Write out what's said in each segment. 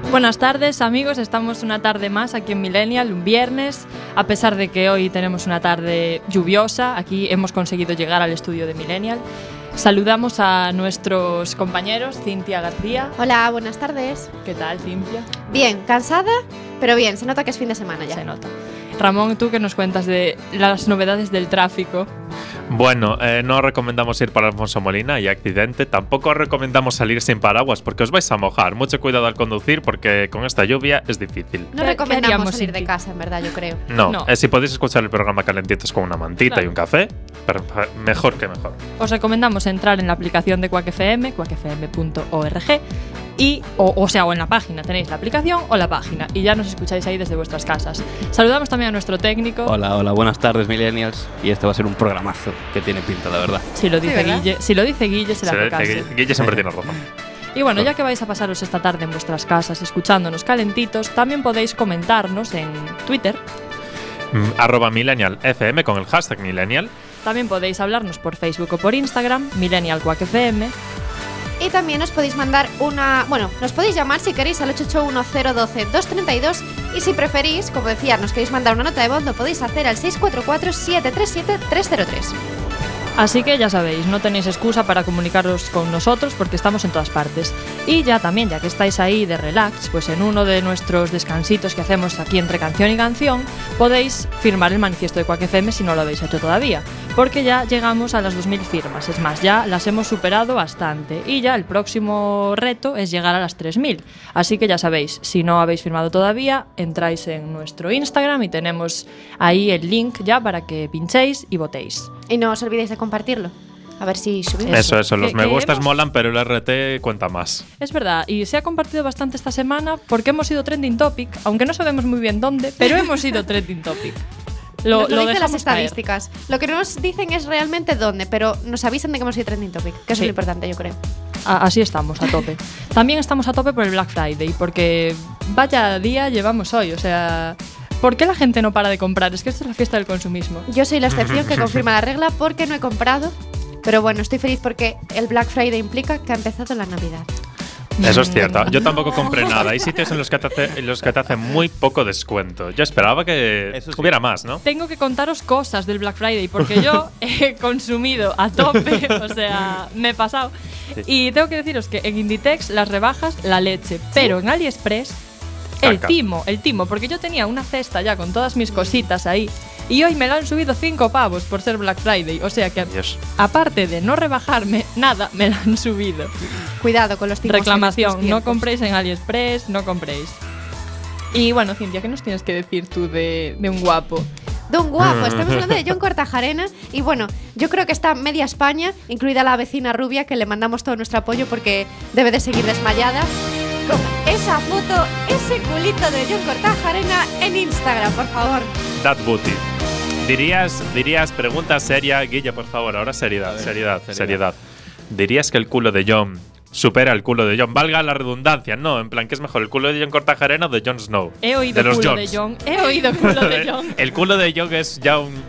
Buenas tardes, amigos. Estamos una tarde más aquí en Millennial, un viernes. A pesar de que hoy tenemos una tarde lluviosa, aquí hemos conseguido llegar al estudio de Millennial. Saludamos a nuestros compañeros, Cintia García. Hola, buenas tardes. ¿Qué tal, Cintia? Bien, cansada, pero bien, se nota que es fin de semana ya. Se nota. Ramón, ¿tú qué nos cuentas de las novedades del tráfico? Bueno, no recomendamos ir para Alfonso Molina y accidente. Tampoco recomendamos salir sin paraguas porque os vais a mojar. Mucho cuidado al conducir porque con esta lluvia es difícil. No recomendamos salir de casa, en verdad, yo creo. No. Si podéis escuchar el programa calentitos con una mantita y un café, mejor que mejor. Os recomendamos entrar en la aplicación de Quack FM, quackfm.org. O en la página tenéis la aplicación o la página y ya nos escucháis ahí desde vuestras casas. Saludamos también a nuestro técnico. Hola, buenas tardes, Millennials. Y este va a ser un programazo que tiene pinta, la verdad. Si lo dice Guille, se le hace caso. Guille siempre tiene razón. Y bueno, ya que vais a pasaros esta tarde en vuestras casas escuchándonos calentitos, también podéis comentarnos en Twitter. @MillennialFM con el hashtag Millennial. También podéis hablarnos por Facebook o por Instagram, Millennial Quack FM. Y también os podéis mandar nos podéis llamar si queréis al 881-012-232 y si preferís, como decía, nos queréis mandar una nota de voz, lo podéis hacer al 644-737-303. Así que ya sabéis, no tenéis excusa para comunicaros con nosotros porque estamos en todas partes. Y ya que estáis ahí de relax, pues en uno de nuestros descansitos que hacemos aquí entre canción y canción, podéis firmar el manifiesto de Quack FM si no lo habéis hecho todavía. Porque ya llegamos a las 2000 firmas, es más, ya las hemos superado bastante. Y ya el próximo reto es llegar a las 3000. Así que ya sabéis, si no habéis firmado todavía, entráis en nuestro Instagram y tenemos ahí el link ya para que pinchéis y votéis. Y no os olvidéis de compartirlo. A ver si subimos. Eso. Los me gustas molan, pero el RT cuenta más. Es verdad, y se ha compartido bastante esta semana porque hemos sido trending topic, aunque no sabemos muy bien dónde, pero hemos sido trending topic. Lo dicen las estadísticas. Caer. Lo que no nos dicen es realmente dónde, pero nos avisan de que hemos sido trending topic, que eso es lo importante, yo creo. Así estamos, a tope. También estamos a tope por el Black Friday, porque vaya día llevamos hoy, o sea... ¿Por qué la gente no para de comprar? Es que esto es la fiesta del consumismo. Yo soy la excepción que confirma la regla porque no he comprado. Pero bueno, estoy feliz porque el Black Friday implica que ha empezado la Navidad. Eso es cierto. Yo tampoco compré nada. Hay sitios en los que te hacen muy poco descuento. Yo esperaba que hubiera más, ¿no? Tengo que contaros cosas del Black Friday porque yo he consumido a tope, o sea, me he pasado. Sí. Y tengo que deciros que en Inditex las rebajas, la leche, pero en AliExpress el timo, porque yo tenía una cesta ya con todas mis cositas ahí y hoy me la han subido 5 pavos por ser Black Friday, o sea que aparte de no rebajarme nada, me la han subido. Cuidado con los timos. Reclamación, no compréis en AliExpress, no compréis. Y bueno, Cintia, ¿qué nos tienes que decir tú de un guapo? De un guapo, estamos hablando de Jon Kortajarena y bueno, yo creo que está media España, incluida la vecina rubia, que le mandamos todo nuestro apoyo porque debe de seguir desmayada. Con esa foto, ese culito de Jon Kortajarena en Instagram, por favor. That booty. Dirías, pregunta seria, Guille, por favor, ahora seriedad. ¿Dirías que el culo de Jon supera el culo de Jon? Valga la redundancia, no, en plan, ¿qué es mejor, el culo de Jon Kortajarena o de Jon Snow? He oído de culo de Jon. He oído culo de Jon. El culo de Jon es ya un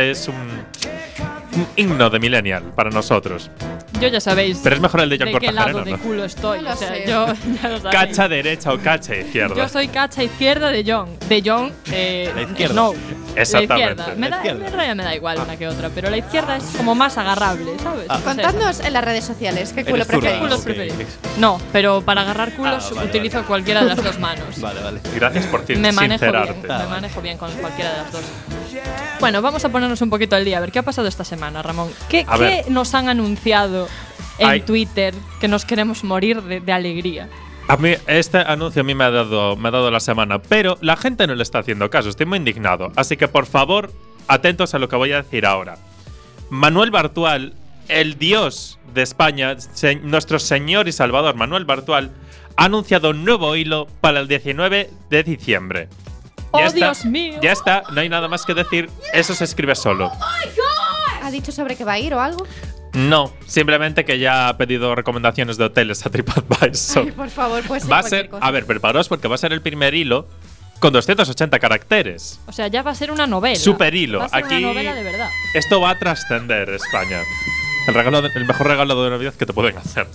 himno de Millennial para nosotros. Yo ya sabéis. Pero es mejor el de Jon Kortajarena, ¿de qué lado de culo estoy? No o sea, sé. yo ya lo sabéis. ¿Cacha derecha o cacha izquierda? Yo soy cacha izquierda de Jon. De Jon, la izquierda. Snow. Exactamente. Me da igual una que otra, pero la izquierda es como más agarrable, ¿sabes? Contadnos en las redes sociales qué culo preferís. ¿Culos preferís? No, pero para agarrar culos utilizo cualquiera de las dos manos. Vale. Gracias por sincerarte. Me manejo bien con cualquiera de las dos. Bueno, vamos a ponernos un poquito al día. A ver, ¿qué ha pasado esta semana, Ramón? ¿Qué nos han anunciado en Twitter que nos queremos morir de alegría? A mí, este anuncio me ha dado la semana, pero la gente no le está haciendo caso, estoy muy indignado. Así que, por favor, atentos a lo que voy a decir ahora. Manuel Bartual, el dios de España, nuestro señor y salvador Manuel Bartual, ha anunciado un nuevo hilo para el 19 de diciembre. Dios mío! Ya está, no hay nada más que decir, eso se escribe solo. ¿Ha dicho sobre qué va a ir o algo? No, simplemente que ya ha pedido recomendaciones de hoteles a TripAdvisor. Ay, por favor, pues va a ser, cosa. A ver, preparaos porque va a ser el primer hilo con 280 caracteres. O sea, ya va a ser una novela. Super hilo. Va a ser aquí una novela de verdad. Esto va a trascender España. El mejor regalo de Navidad que te pueden hacer.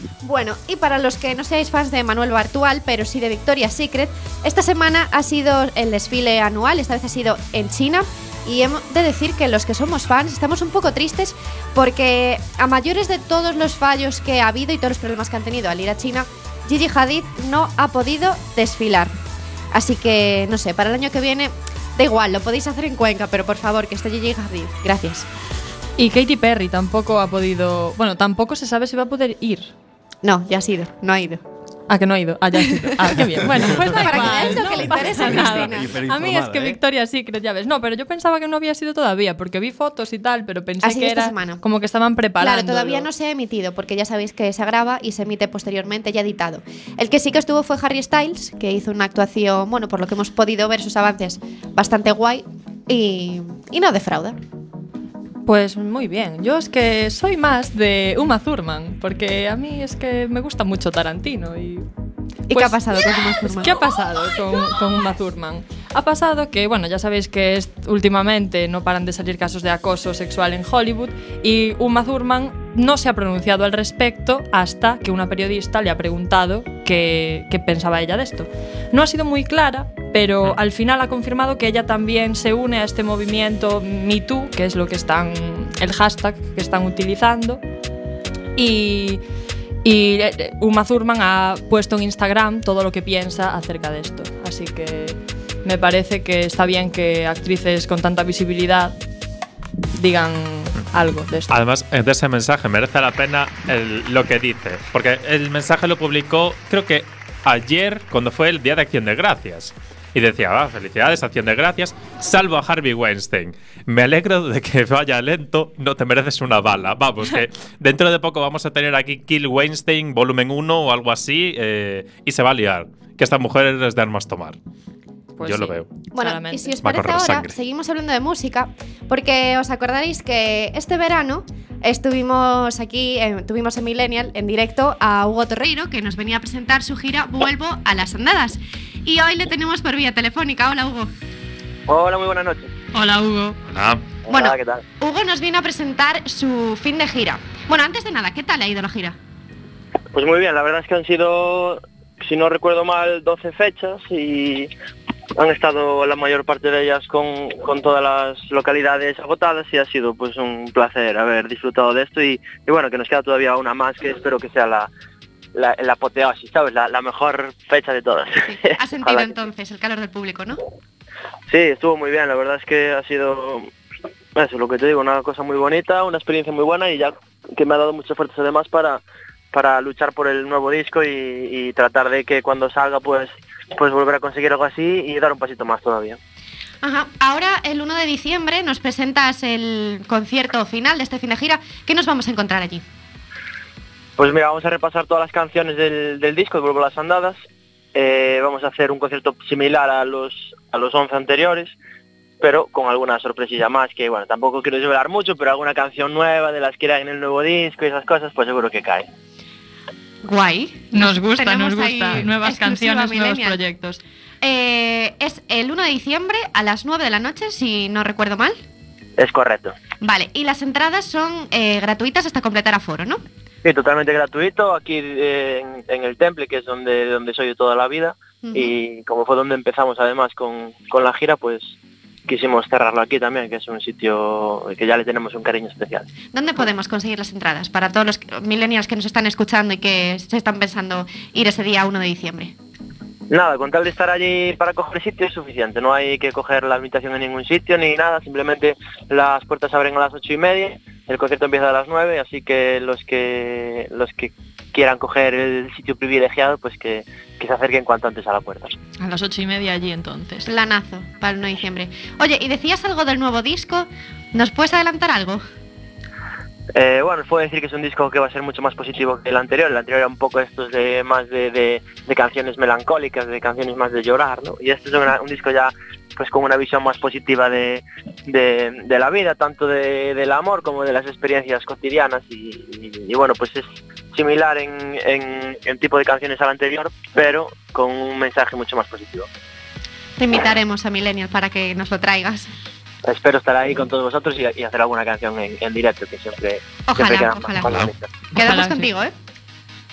Bueno, y para los que no seáis fans de Manuel Bartual, pero sí de Victoria's Secret, esta semana ha sido el desfile anual, esta vez ha sido en China. Y hemos de decir que los que somos fans estamos un poco tristes porque a mayores de todos los fallos que ha habido y todos los problemas que han tenido al ir a China, Gigi Hadid no ha podido desfilar. Así que, no sé, para el año que viene, da igual, lo podéis hacer en Cuenca, pero por favor, que esté Gigi Hadid. Gracias. Y Katy Perry tampoco ha podido... Bueno, tampoco se sabe si va a poder ir. No, ya ha sido, no ha ido. Ah, que no ha ido. Ah, ya ha ido. Ah, qué bien. Bueno, pues da Para que igual, veáis lo no que le pasa interesa a nada. Cristina. A mí es que Victoria's Secret, ya ves. No, pero yo pensaba que no había sido todavía, porque vi fotos y tal, pero pensé Ha sido que esta era semana. como que estaban preparando. Claro, todavía no se ha emitido, porque ya sabéis que se graba y se emite posteriormente ya editado. El que sí que estuvo fue Harry Styles, que hizo una actuación, bueno, por lo que hemos podido ver sus avances, bastante guay y no defrauda. Pues muy bien. Yo es que soy más de Uma Thurman, porque a mí es que me gusta mucho Tarantino y... ¿Y qué ha pasado con Uma Thurman? ¿Qué ha pasado con Uma Thurman? Ha pasado que, bueno, ya sabéis que últimamente no paran de salir casos de acoso sexual en Hollywood y Uma Thurman no se ha pronunciado al respecto hasta que una periodista le ha preguntado qué pensaba ella de esto. No ha sido muy clara, pero al final ha confirmado que ella también se une a este movimiento MeToo, que es lo que el hashtag que están utilizando. Y Uma Thurman ha puesto en Instagram todo lo que piensa acerca de esto. Así que me parece que está bien que actrices con tanta visibilidad digan algo de esto. Además, de ese mensaje merece la pena lo que dice. Porque el mensaje lo publicó, creo que ayer, cuando fue el Día de Acción de Gracias. Y decía, felicidades, Acción de Gracias, salvo a Harvey Weinstein. Me alegro de que vaya lento, no te mereces una bala. Vamos, que dentro de poco vamos a tener aquí Kill Weinstein, volumen 1 o algo así, y se va a liar. Que esta mujer es de armas tomar. Pues yo sí, lo veo. Bueno, claramente. y si os Va a parece correr ahora, sangre. seguimos hablando de música, porque os acordaréis que este verano estuvimos aquí, tuvimos en Millennial en directo a Hugo Torreiro, que nos venía a presentar su gira Vuelvo a las Andadas. Y hoy le tenemos por vía telefónica. Hola, Hugo. Hola, muy buenas noches. Hola, Hugo. Hola. Bueno, Hola, ¿qué tal? Hugo nos viene a presentar su fin de gira. Bueno, antes de nada, ¿qué tal ha ido la gira? Pues muy bien, la verdad es que han sido, si no recuerdo mal, 12 fechas y han estado la mayor parte de ellas con todas las localidades agotadas y ha sido pues un placer haber disfrutado de esto y bueno, que nos queda todavía una más que espero que sea la apoteosis, ¿sabes? La mejor fecha de todas. Sí. ¿Has sentido Ojalá. entonces el calor del público, no? Sí, estuvo muy bien, la verdad es que ha sido, eso, lo que te digo, una cosa muy bonita, una experiencia muy buena y ya que me ha dado muchas fuerzas además para luchar por el nuevo disco y tratar de que cuando salga pues volver a conseguir algo así y dar un pasito más todavía. Ajá. Ahora, el 1 de diciembre, nos presentas el concierto final de este fin de gira. ¿Qué nos vamos a encontrar allí? Pues mira, vamos a repasar todas las canciones del disco de Vuelvo a las Andadas. Vamos a hacer un concierto similar a los 11 anteriores, pero con alguna sorpresilla más, que bueno, tampoco quiero desvelar mucho, pero alguna canción nueva de las que eran en el nuevo disco y esas cosas, pues seguro que cae. Guay. Nos gusta. Tenemos ahí Nuevas exclusiva canciones, nuevos Millennial. proyectos. Es el 1 de diciembre a las 9 de la noche, si no recuerdo mal. Es correcto. Vale, y las entradas son gratuitas hasta completar aforo, ¿no? Sí, totalmente gratuito, aquí en el Temple, que es donde soy de toda la vida, Ujú. y como fue donde empezamos además con la gira, pues quisimos cerrarlo aquí también, que es un sitio que ya le tenemos un cariño especial. ¿Dónde podemos conseguir las entradas para todos los millennials que nos están escuchando y que se están pensando ir ese día 1 de diciembre? Nada, con tal de estar allí para coger sitio es suficiente, no hay que coger la habitación en ningún sitio ni nada, simplemente las puertas abren a las 8:30, el concierto empieza a las 9, así que los que quieran coger el sitio privilegiado, pues que se acerquen cuanto antes a la puerta. A las 8:30 allí entonces. Planazo para el 1 de diciembre. Oye, ¿y decías algo del nuevo disco? ¿Nos puedes adelantar algo? Bueno, os puedo decir que es un disco que va a ser mucho más positivo que el anterior era un poco estos de más de canciones melancólicas, de canciones más de llorar, ¿no? Y este es un disco ya pues con una visión más positiva de la vida, tanto del amor como de las experiencias cotidianas y bueno, pues es similar en tipo de canciones al anterior, pero con un mensaje mucho más positivo. Te invitaremos a Millennial para que nos lo traigas. Espero estar ahí con todos vosotros y hacer alguna canción en directo, que siempre Ojalá, queda ojalá. más bonito. Quedamos Ojalá, sí. contigo, ¿eh?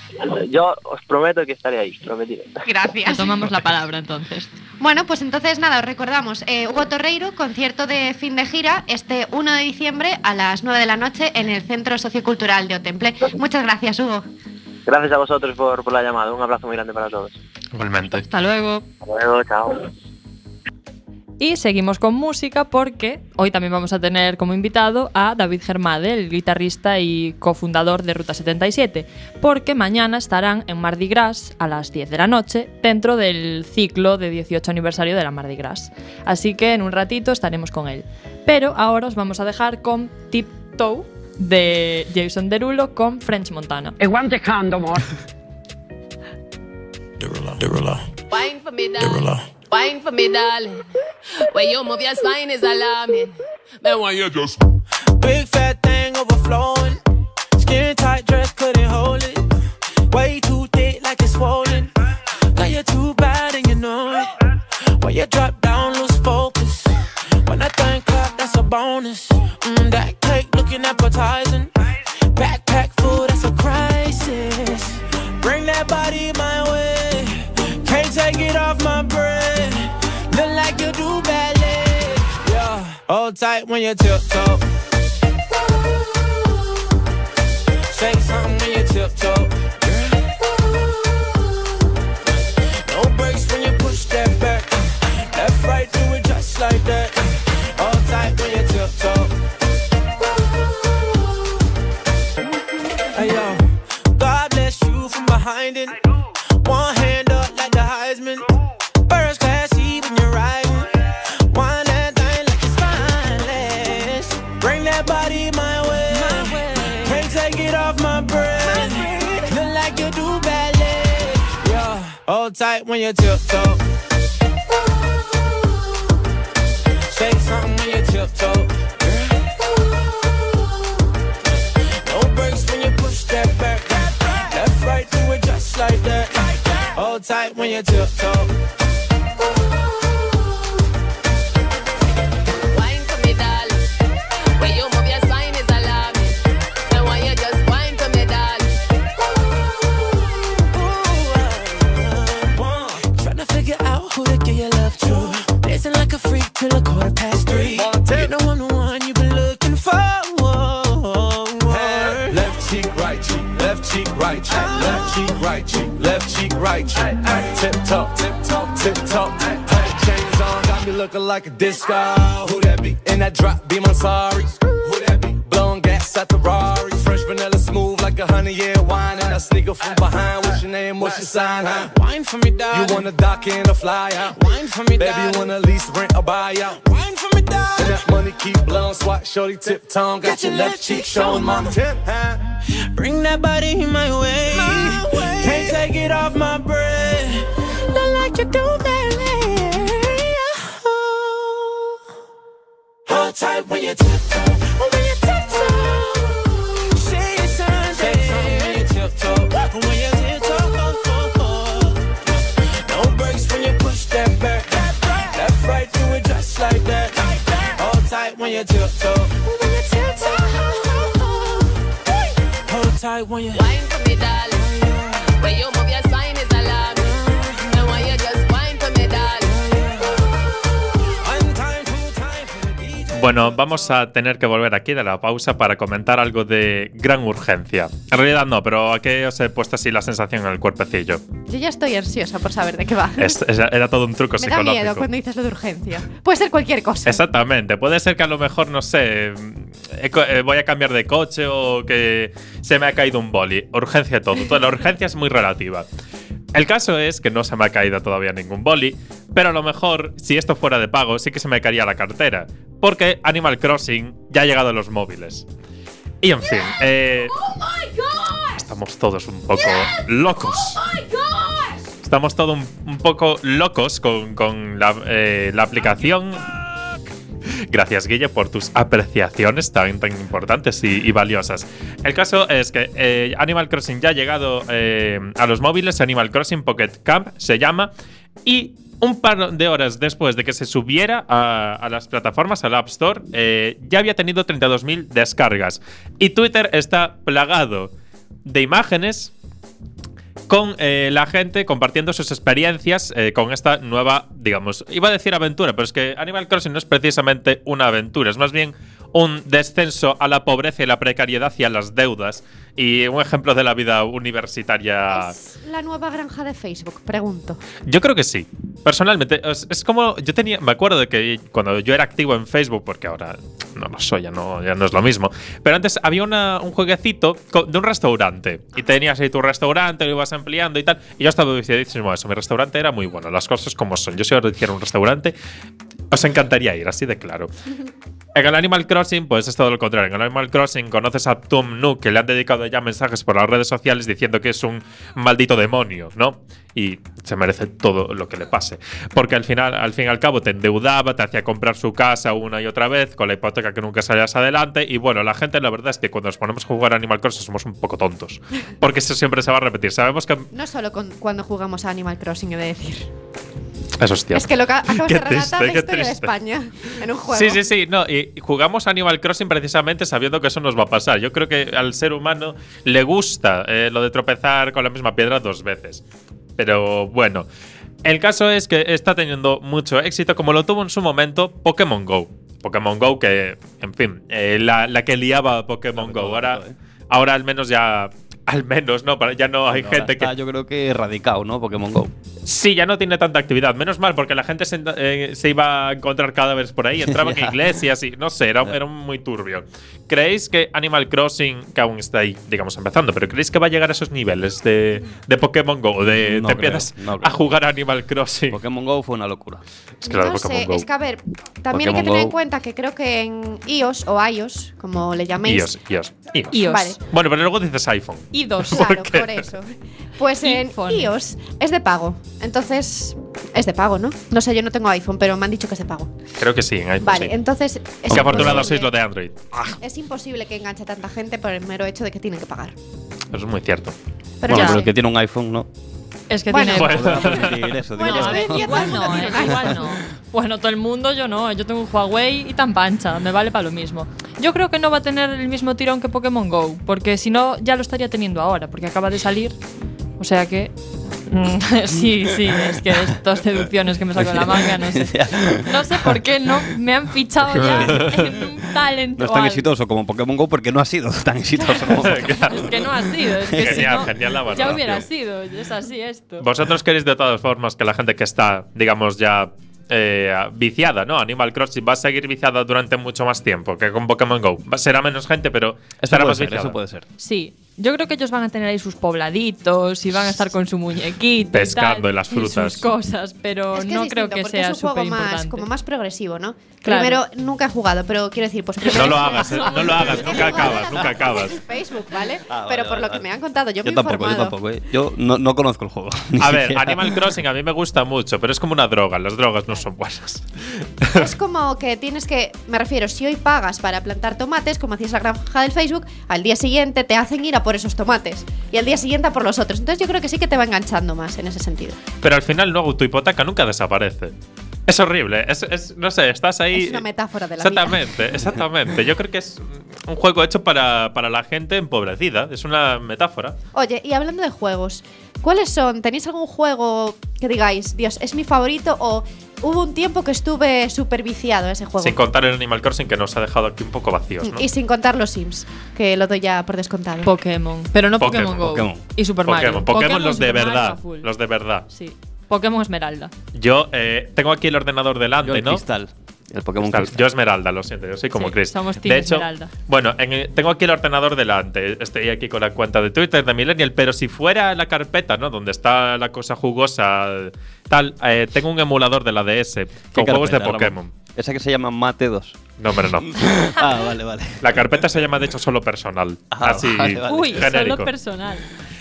Yo os prometo que estaré ahí, prometido. Te Gracias. tomamos la palabra entonces. Bueno, pues entonces nada, os recordamos, Hugo Torreiro, concierto de fin de gira este 1 de diciembre a las 9 de la noche en el Centro Sociocultural de Otemple. Muchas gracias, Hugo. Gracias a vosotros por la llamada. Un abrazo muy grande para todos. Igualmente. Hasta luego. Hasta luego, chao. Y seguimos con música porque hoy también vamos a tener como invitado a David Germade, el guitarrista y cofundador de Ruta 77, porque mañana estarán en Mardi Gras a las 10 de la noche dentro del ciclo de 18 aniversario de la Mardi Gras. Así que en un ratito estaremos con él. Pero ahora os vamos a dejar con Tiptoe de Jason Derulo con French Montana. Wine for me, darling. Wine for me, darling. When you move your spine is alarming. Then why you just Big fat thing overflowing. Skin tight dress couldn't hold it. Way too thick like it's swollen. Girl, you're too bad and you know it. When you drop down, lose focus. When I think clap, that's a bonus. That cake looking appetizing. Backpack food, that's a crisis. Bring that body my way. Can't take it off my brain. Look like you do ballet. Yeah, hold tight when you tiptoe. Say something when you tiptoe. No brakes when you push that back. Left, right, do it just like that. Hold tight when you tiptoe. Hey yo, God bless you from behind it. One hand up like the Heisman. First class seat when you're riding. Wine that thing like it's spineless. Bring that body my way. Can't take it off my brain. Look like you do ballet. Yeah, hold tight when you tiptoe. Say something when you tiptoe. No brakes when you push that back. Left, right, do it just like that. Hold tight when you tiptoe. wine for me, darling. When you move your spine is alarming. Then why you just wine for me, darling. Tryna figure out who to give your love to. Dancing like a freak till 3:15. You know I'm the one you've been looking for. Left cheek, right cheek, left cheek, right cheek, left cheek, right cheek, left cheek, right cheek. Tip top, tip top, tip top. Chains on, got me looking like a disco. Who that be? In that drop, be my sorry. Who that be? Blowing gas at the Rari. Fresh vanilla smooth like 100-year wine. And I sneak up from behind. What's your name? What's your sign? Huh? Wine for me, darling. You wanna dock in or fly out? Wine for me, Baby, darling. you wanna lease, rent, or buy out? Wine for me, And darling. that money keep blowing, swat, shorty, tip tongue. Got your left cheek showing, mama. Tip, huh? Bring that body my way. Can't take it off my brain. Look like you do ballet. Hold tight when you tiptoe. When you tiptoe. Say it, son. Say something when you tiptoe. When you tiptoe. No brakes when you push that back. Left, right, do it just like that. Hold tight when you tiptoe. When you tiptoe. Hold tight when you. Wine for me, darling. When you move your spine is alarming. Then why you just wine for me, darling. One time, two time for the DJ. Bueno, vamos a tener que volver aquí de la pausa para comentar algo de gran urgencia. En realidad no, pero ¿a qué os he puesto así la sensación en el cuerpecillo? Yo ya estoy ansiosa por saber de qué va. Era todo un truco Me da psicológico. miedo cuando dices lo de urgencia. Puede ser cualquier cosa. Exactamente, puede ser que a lo mejor, no sé, voy a cambiar de coche o que se me ha caído un boli. Urgencia todo. Toda la urgencia es muy relativa. El caso es que no se me ha caído todavía ningún boli, pero a lo mejor, si esto fuera de pago, sí que se me caería la cartera. Porque Animal Crossing ya ha llegado a los móviles. Y en fin, estamos todos un poco locos. Estamos todos un poco locos con la aplicación. Gracias, Guille, por tus apreciaciones tan importantes y valiosas. El caso es que Animal Crossing ya ha llegado a los móviles. Animal Crossing Pocket Camp se llama. Y un par de horas después de que se subiera a las plataformas, al App Store, ya había tenido 32.000 descargas. Y Twitter está plagado de imágenes con la gente compartiendo sus experiencias con esta nueva, digamos, iba a decir aventura, pero es que Animal Crossing no es precisamente una aventura, es más bien un descenso a la pobreza y la precariedad y a las deudas, y un ejemplo de la vida universitaria. ¿Es la nueva granja de Facebook? Pregunto. Yo creo que sí. Personalmente, es como yo me acuerdo de que cuando yo era activo en Facebook, porque ahora no lo soy, ya no es lo mismo, pero antes había un jueguecito de un restaurante, y tenías ahí tu restaurante, lo ibas ampliando y tal, y yo estaba diciendo eso, mi restaurante era muy bueno, las cosas como son. Yo si ahora hiciera un restaurante, os encantaría ir, así de claro. En el Animal Crossing, pues es todo lo contrario. En el Animal Crossing conoces a Tom Nook, que le han dedicado ya mensajes por las redes sociales diciendo que es un maldito demonio, ¿no? Y se merece todo lo que le pase. Porque al fin y al cabo te endeudaba, te hacía comprar su casa una y otra vez, con la hipoteca que nunca salías adelante. Y bueno, la gente, la verdad es que cuando nos ponemos a jugar a Animal Crossing somos un poco tontos. Porque eso siempre se va a repetir. Sabemos que… No solo cuando jugamos a Animal Crossing, he de decir. Eso es cierto. Es que lo que acabas de relatar triste, la qué historia de triste. España en un juego. Sí. No, y jugamos a Animal Crossing precisamente sabiendo que eso nos va a pasar. Yo creo que al ser humano le gusta lo de tropezar con la misma piedra 2 veces. Pero bueno, el caso es que está teniendo mucho éxito, como lo tuvo en su momento Pokémon Go. Pokémon Go que, en fin, la que liaba a Pokémon Go. Ahora al menos ya… Al menos, ¿no? Ya no hay gente está, yo creo que erradicado, ¿no? Pokémon Go. Sí, ya no tiene tanta actividad. Menos mal, porque la gente se iba a encontrar cadáveres por ahí, entraban en iglesias y no sé, era muy turbio. ¿Creéis que Animal Crossing, que aún está ahí, digamos, empezando, pero creéis que va a llegar a esos niveles de Pokémon Go? Te empiezas a jugar a Animal Crossing. Pokémon Go fue una locura. Es que la de No Pokémon sé, Go. es que a ver, también hay que tener en cuenta que creo que en iOS o iOS, como le llaméis. iOS. Vale. Bueno, pero luego dices iPhone. iOS. Claro, por eso. Pues en iPhone. iOS es de pago. Entonces, es de pago, ¿no? No sé, yo no tengo iPhone, pero me han dicho que es de pago. Creo que sí, en iPhone. Vale, sí. entonces. Es Qué afortunado sois imposible- lo de Android. Es imposible que enganche a tanta gente por el mero hecho de que tienen que pagar. Eso es muy cierto. Pero Bueno, ya pero sé. el que tiene un iPhone, ¿no? Es que Bueno, tiene… Bueno. Podrá permitir eso, Bueno, digo. es que Igual no, igual no. Bueno, todo el mundo, yo no. Yo tengo un Huawei y tan pancha, me vale para lo mismo. Yo creo que no va a tener el mismo tirón que Pokémon Go, porque si no, ya lo estaría teniendo ahora, porque acaba de salir. O sea que… sí, es que estas deducciones que me saco de la manga, no sé. No sé por qué no me han fichado ya en un talento. No es tan exitoso como Pokémon Go porque no ha sido tan exitoso como Pokémon. Es que no ha sido, es que Genial, si no, genial la ya valoración. hubiera sido, es así esto. ¿Vosotros queréis de todas formas que la gente que está, digamos, ya viciada, ¿no? Animal Crossing va a seguir viciada durante mucho más tiempo que con Pokémon Go? Será menos gente, pero estará más viciada. Eso puede ser. Sí, yo creo que ellos van a tener ahí sus pobladitos y van a estar con su muñequito Pescando y tal, en las frutas. sus cosas, pero Es que no es creo distinto, que porque sea es un juego súper más, importante. como más progresivo, ¿no? Claro. Primero, nunca he jugado, pero quiero decir, pues primero. No lo hagas, no lo hagas, nunca acabas, nunca acabas. En Facebook, ¿vale? Ah, vale, pero por vale, lo que vale. me han contado, yo me he Yo informado. tampoco. Yo no conozco el juego. Ni A ver, siquiera. Animal Crossing a mí me gusta mucho, pero es como una droga. Las drogas no son buenas. Es como que tienes que, me refiero, si hoy pagas para plantar tomates, como hacías la granja del Facebook, al día siguiente te hacen ir a por esos tomates y al día siguiente a por los otros. Entonces yo creo que sí que te va enganchando más en ese sentido. Pero al final luego tu hipoteca nunca desaparece. Es horrible, no sé, estás ahí… Es una metáfora de la vida. Exactamente. Yo creo que es un juego hecho para la gente empobrecida. Es una metáfora. Oye, y hablando de juegos, ¿cuáles son? ¿Tenéis algún juego que digáis, Dios, es mi favorito o hubo un tiempo que estuve súper viciado a ese juego? Sin contar el Animal Crossing, que nos ha dejado aquí un poco vacíos, ¿no? Y sin contar los Sims, que lo doy ya por descontado. Pokémon, pero no Pokémon Go. Pokémon. Y Super Mario. Pokémon los de Super Mario verdad. a full. Los de verdad. Sí. Pokémon Esmeralda. Yo tengo aquí el ordenador delante, Yo el ¿no? Cristal. El Pokémon Cristal. Cristal. Yo Esmeralda, lo siento, yo soy como Sí, Chris. somos Team de hecho, Esmeralda. bueno, tengo aquí el ordenador delante. Estoy aquí con la cuenta de Twitter de Millennial, pero si fuera la carpeta, ¿no? Donde está la cosa jugosa, tal, tengo un emulador de la DS con ¿Qué juegos de carpeta? Pokémon. Esa que se llama Mate 2. No, hombre, no. Ah, vale. La carpeta se llama, de hecho, solo personal. Ah, así, vale. Uy, genérico. solo personal.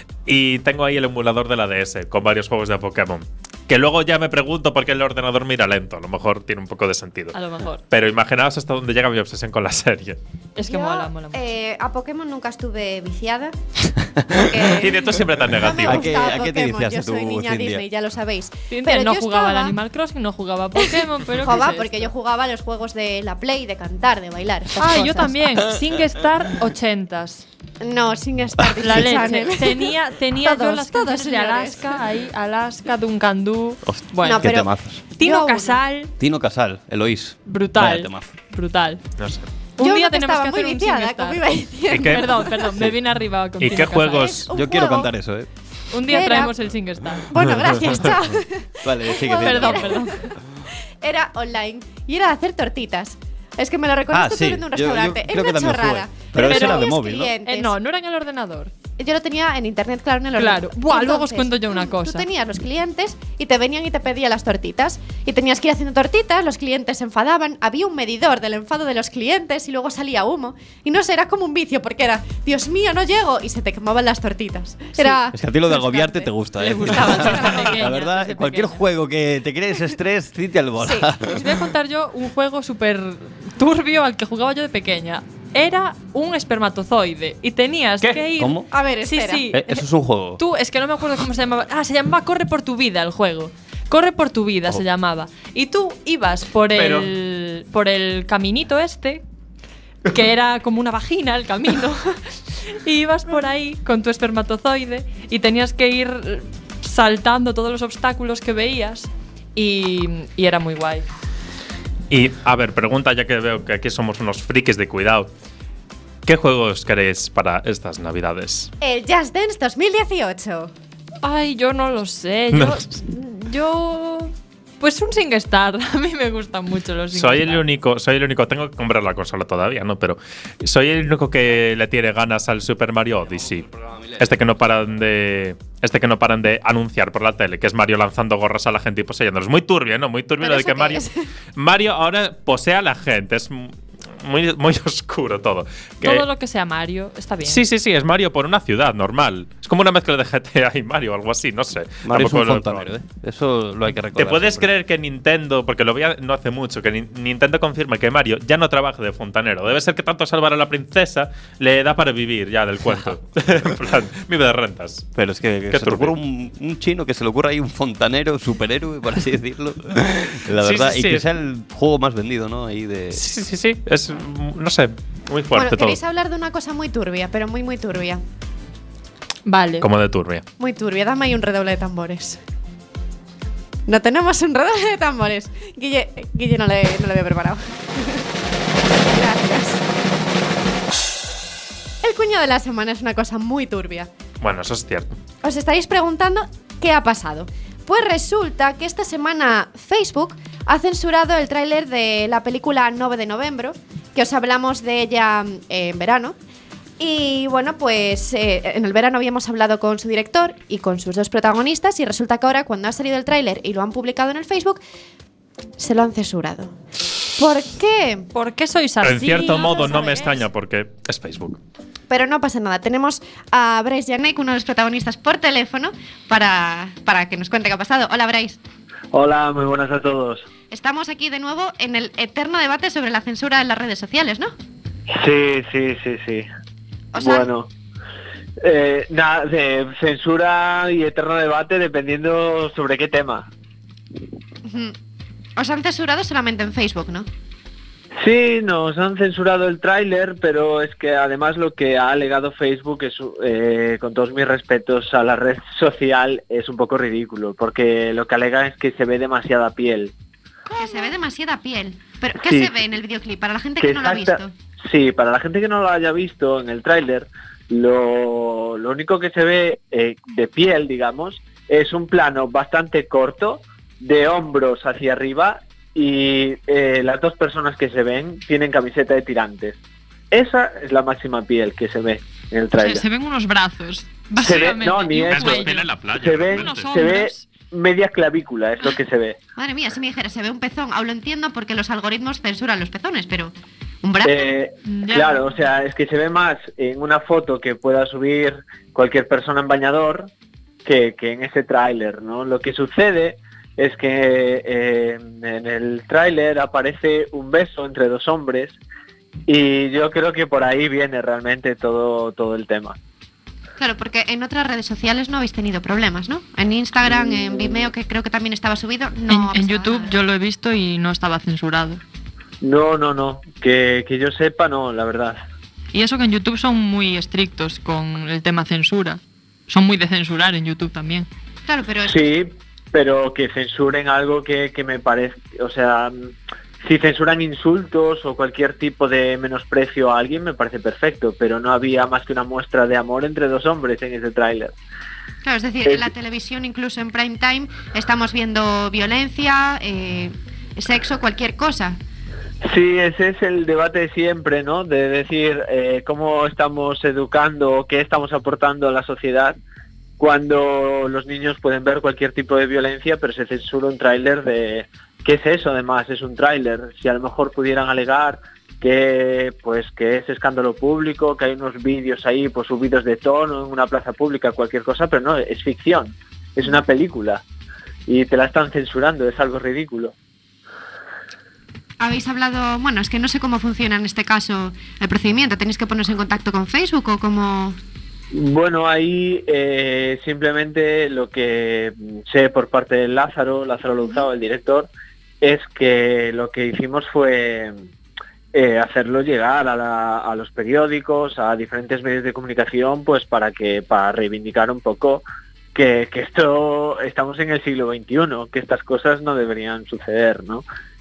Y tengo ahí el emulador de la DS con varios juegos de Pokémon. Que luego ya me pregunto por qué el ordenador mira lento. A lo mejor tiene un poco de sentido. A lo mejor. Pero imaginaos hasta dónde llega mi obsesión con la serie. Es que Yo, mola mucho. A Pokémon nunca estuve viciada. Y de esto siempre tan negativo. No me gusta ¿A qué te Pokémon, iniciaste yo soy tú, niña Cintia? Disney, ya lo sabéis. Cintia no yo jugaba al estaba- Animal Crossing, no jugaba a Pokémon, pero ¿qué Jugaba es porque esto? yo jugaba a los juegos de la Play, de cantar, de bailar. estas Ah, yo cosas. también. SingStar 80s. No, sin estar La Disney leche. Channel. Tenía yo Todos, las todos, canciones de señores. Alaska, ahí, Alaska, Duncan Du. Hostia, Bueno, No, qué pero- temazos. Tino yo aún no. Casal, Tino Casal, Eloís. Vaya brutal. temazo. Brutal. No sé. Un Yo día uno que tenemos estaba que hacer muy un viciada, SingStar. como iba diciendo. ¿Y qué? Perdón, me vine arriba con ¿Y Tino qué Casal. juegos? Es un Yo quiero juego- cantar eso, Un día ¿Qué era? traemos el SingStar. Bueno, gracias, chao. Vale, sigue. Bueno, Cintia. Perdón. Era online y era hacer tortitas. Es que me lo reconozco sí. todo en un Yo restaurante. creo Era que una también chorrada. jugué. Pero ese era de tenías móvil, ¿no? clientes. No era en el ordenador. Yo lo tenía en internet, claro, en el Claro. ordenador. Buah, luego os Entonces, cuento yo una Tú cosa. tenías los clientes y te venían y te pedían las tortitas. Y tenías que ir haciendo tortitas, los clientes se enfadaban. Había un medidor del enfado de los clientes y luego salía humo. Y no sé, era como un vicio porque era, Dios mío, no llego. Y se te quemaban las tortitas. Era Es que a ti lo de agobiarte frustrante. te gusta, Le ¿eh? gustaba desde pequeña, La verdad, desde cualquier pequeña. juego que te crees estrés, Cintia el bola. Sí. Os voy a contar yo un juego súper turbio al que jugaba yo de pequeña. Era un espermatozoide y tenías ¿Qué? que ir. ¿Cómo? A ver, Sí, espera. sí. Eso es un juego. Tú, es que no me acuerdo cómo se llamaba. Ah, se llamaba Corre por tu vida el juego. Corre por tu vida se llamaba. Y tú ibas por Pero- por el caminito este, que era como una vagina el camino. Y ibas por ahí con tu espermatozoide y tenías que ir saltando todos los obstáculos que veías. Y era muy guay. Y, a ver, pregunta ya que veo que aquí somos unos frikis de cuidado. ¿Qué juegos queréis para estas navidades? El Just Dance 2018. Ay, yo no lo sé. No. Yo. Pues un SingStar. A mí me gustan mucho los SingStar. Soy el único, tengo que comprar la consola todavía, ¿no? Pero soy el único que le tiene ganas al Super Mario Odyssey. Este que no paran de anunciar por la tele, que es Mario lanzando gorras a la gente y poseyéndolos. Muy turbio, ¿no? Muy turbio ¿Pero lo de eso que qué Mario es? Mario ahora posee a la gente, es muy, muy oscuro todo. Que- Todo lo que sea Mario está bien. Sí, es Mario por una ciudad normal. Es como una mezcla de GTA y Mario o algo así, no sé. Mario es Tampoco un lo he fontanero, probado. ¿eh? Eso lo hay que recordar. ¿Te puedes siempre. creer que Nintendo, porque lo vi no hace mucho, que Nintendo confirma que Mario ya no trabaja de fontanero? Debe ser que tanto salvar a la princesa le da para vivir ya del cuento. En plan, vive de rentas. Pero es que Qué se le ocurre turbio. un chino que se le ocurra ahí un fontanero, superhéroe, por así decirlo. La Sí, verdad, sí, y sí. que sea el juego más vendido, ¿no? Ahí de. Sí. Es, no sé, muy fuerte Bueno, todo. queréis hablar de una cosa muy turbia, pero muy, muy turbia. Vale. Como de turbia. Muy turbia. Dame ahí un redoble de tambores. No tenemos un redoble de tambores. Guille no le había preparado. Gracias. El cuño de la semana es una cosa muy turbia. Bueno, eso es cierto. Os estaréis preguntando qué ha pasado. Pues resulta que esta semana Facebook ha censurado el tráiler de la película 9 de noviembre, que os hablamos de ella en verano. Y bueno, pues en el verano habíamos hablado con su director y con sus dos protagonistas y resulta que ahora cuando ha salido el tráiler y lo han publicado en el Facebook, se lo han censurado. ¿Por qué? ¿Por qué sois así? En cierto modo lo no me sabes. extraña porque es Facebook. Pero no pasa nada. Tenemos a Bryce Janek, uno de los protagonistas, por teléfono para que nos cuente qué ha pasado. Hola, Bryce. Hola, muy buenas a todos. Estamos aquí de nuevo en el eterno debate sobre la censura en las redes sociales, ¿no? Sí. O sea, Bueno, nada, de censura y eterno debate dependiendo sobre qué tema. ujú. Os han censurado solamente en Facebook, ¿no? Sí, nos han censurado el tráiler, pero es que además lo que ha alegado Facebook es, con todos mis respetos a la red social, es un poco ridículo, porque lo que alega es que se ve demasiada piel. Que se ve demasiada piel. ¿Pero qué Sí. se ve en el videoclip? Para la gente que no lo ha exacta- visto. Sí, para la gente que no lo haya visto en el tráiler, lo único que se ve de piel, digamos, es un plano bastante corto, de hombros hacia arriba, y las dos personas que se ven tienen camiseta de tirantes. Esa es la máxima piel que se ve en el tráiler. ven unos brazos. Se ve, no, ni y un eso. cuello. en la playa. Se ve, Unos se ve hombros. media clavícula, es lo que se ve. Madre mía, si me dijera, se ve un pezón. Aún lo entiendo porque los algoritmos censuran los pezones, pero un brazo. Ya. Claro, o sea, es que se ve más en una foto que pueda subir cualquier persona en bañador que en ese tráiler, ¿no? Lo que sucede es que en el tráiler aparece un beso entre dos hombres y yo creo que por ahí viene realmente todo el tema. Claro, porque en otras redes sociales no habéis tenido problemas, ¿no? En Instagram, en Vimeo, que creo que también estaba subido, no. En YouTube nada. Yo lo he visto y no estaba censurado. No. Que yo sepa, no, la verdad. Y eso que en YouTube son muy estrictos con el tema censura. Son muy de censurar en YouTube también. Claro, pero... Sí, pero que censuren algo que me parece... O sea, si censuran insultos o cualquier tipo de menosprecio a alguien, me parece perfecto, pero no había más que una muestra de amor entre dos hombres en ese tráiler. Claro, es decir, en la televisión, incluso en prime time, estamos viendo violencia, sexo, cualquier cosa. Sí, ese es el debate de siempre, ¿no? De decir cómo estamos educando, qué estamos aportando a la sociedad cuando los niños pueden ver cualquier tipo de violencia, pero se censura un tráiler de... ¿Qué es eso? Además, es un tráiler. Si a lo mejor pudieran alegar que es escándalo público, que hay unos vídeos ahí pues subidos de tono en una plaza pública, cualquier cosa, pero no, es ficción, es una película y te la están censurando, es algo ridículo. Habéis hablado, bueno, es que no sé cómo funciona en este caso el procedimiento, ¿tenéis que ponerse en contacto con Facebook o cómo...? Bueno, ahí simplemente lo que sé por parte de Lázaro Louzao, el director, es que lo que hicimos fue hacerlo llegar a los periódicos, a diferentes medios de comunicación, pues para reivindicar un poco que estamos en el siglo XXI, que estas cosas no deberían suceder, ¿no?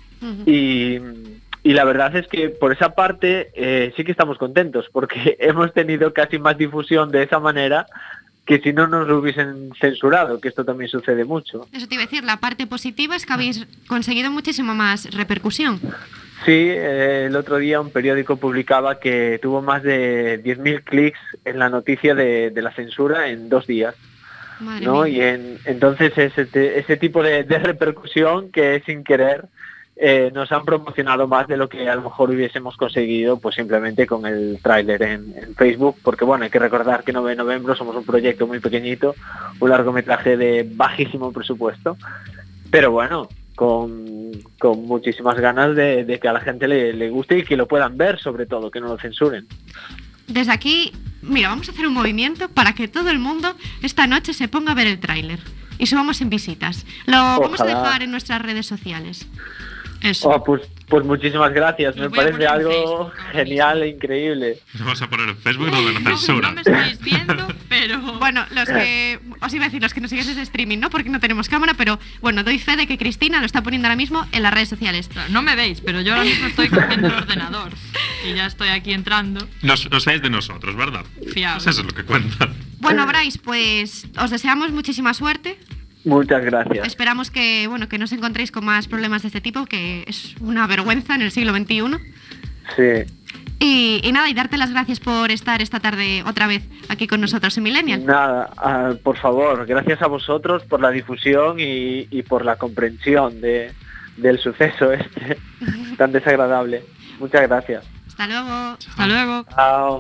Y la verdad es que por esa parte sí que estamos contentos, porque hemos tenido casi más difusión de esa manera que si no nos lo hubiesen censurado, que esto también sucede mucho. Eso te iba a decir, la parte positiva es que habéis conseguido muchísima más repercusión. Sí, el otro día un periódico publicaba que tuvo más de 10.000 clics en la noticia de la censura en 2 días. Madre ¿no? mía. Y entonces ese tipo de repercusión que sin querer nos han promocionado más de lo que a lo mejor hubiésemos conseguido pues simplemente con el tráiler en Facebook, porque bueno, hay que recordar que 9 de Novembro somos un proyecto muy pequeñito, un largometraje de bajísimo presupuesto, pero bueno, con muchísimas ganas de que a la gente le guste y que lo puedan ver, sobre todo, que no lo censuren. Desde aquí, mira, vamos a hacer un movimiento para que todo el mundo esta noche se ponga a ver el tráiler y subamos en visitas. Lo vamos a dejar en nuestras redes sociales. Eso. Oh, pues muchísimas gracias, me parece algo genial e increíble. ¿Lo vas a poner en Facebook donde no censura? No me estáis viendo, pero... Bueno, los que... Os iba a decir, los que nos sigues desde streaming, ¿no? Porque no tenemos cámara, pero bueno, doy fe de que Cristina lo está poniendo ahora mismo en las redes sociales. No me veis, pero yo ahora mismo estoy cogiendo el ordenador y ya estoy aquí entrando. Nos veis de nosotros, ¿verdad? Fiable. Pues eso es lo que cuenta. Bueno, Bryce, pues os deseamos muchísima suerte. Muchas gracias. Esperamos que, bueno, que no os encontréis con más problemas de este tipo, que es una vergüenza en el siglo XXI. Sí. Y nada, y darte las gracias por estar esta tarde otra vez aquí con nosotros en Millennial. Nada, por favor, gracias a vosotros por la difusión y por la comprensión del suceso tan desagradable. Muchas gracias. Hasta luego. Hasta luego. Chao.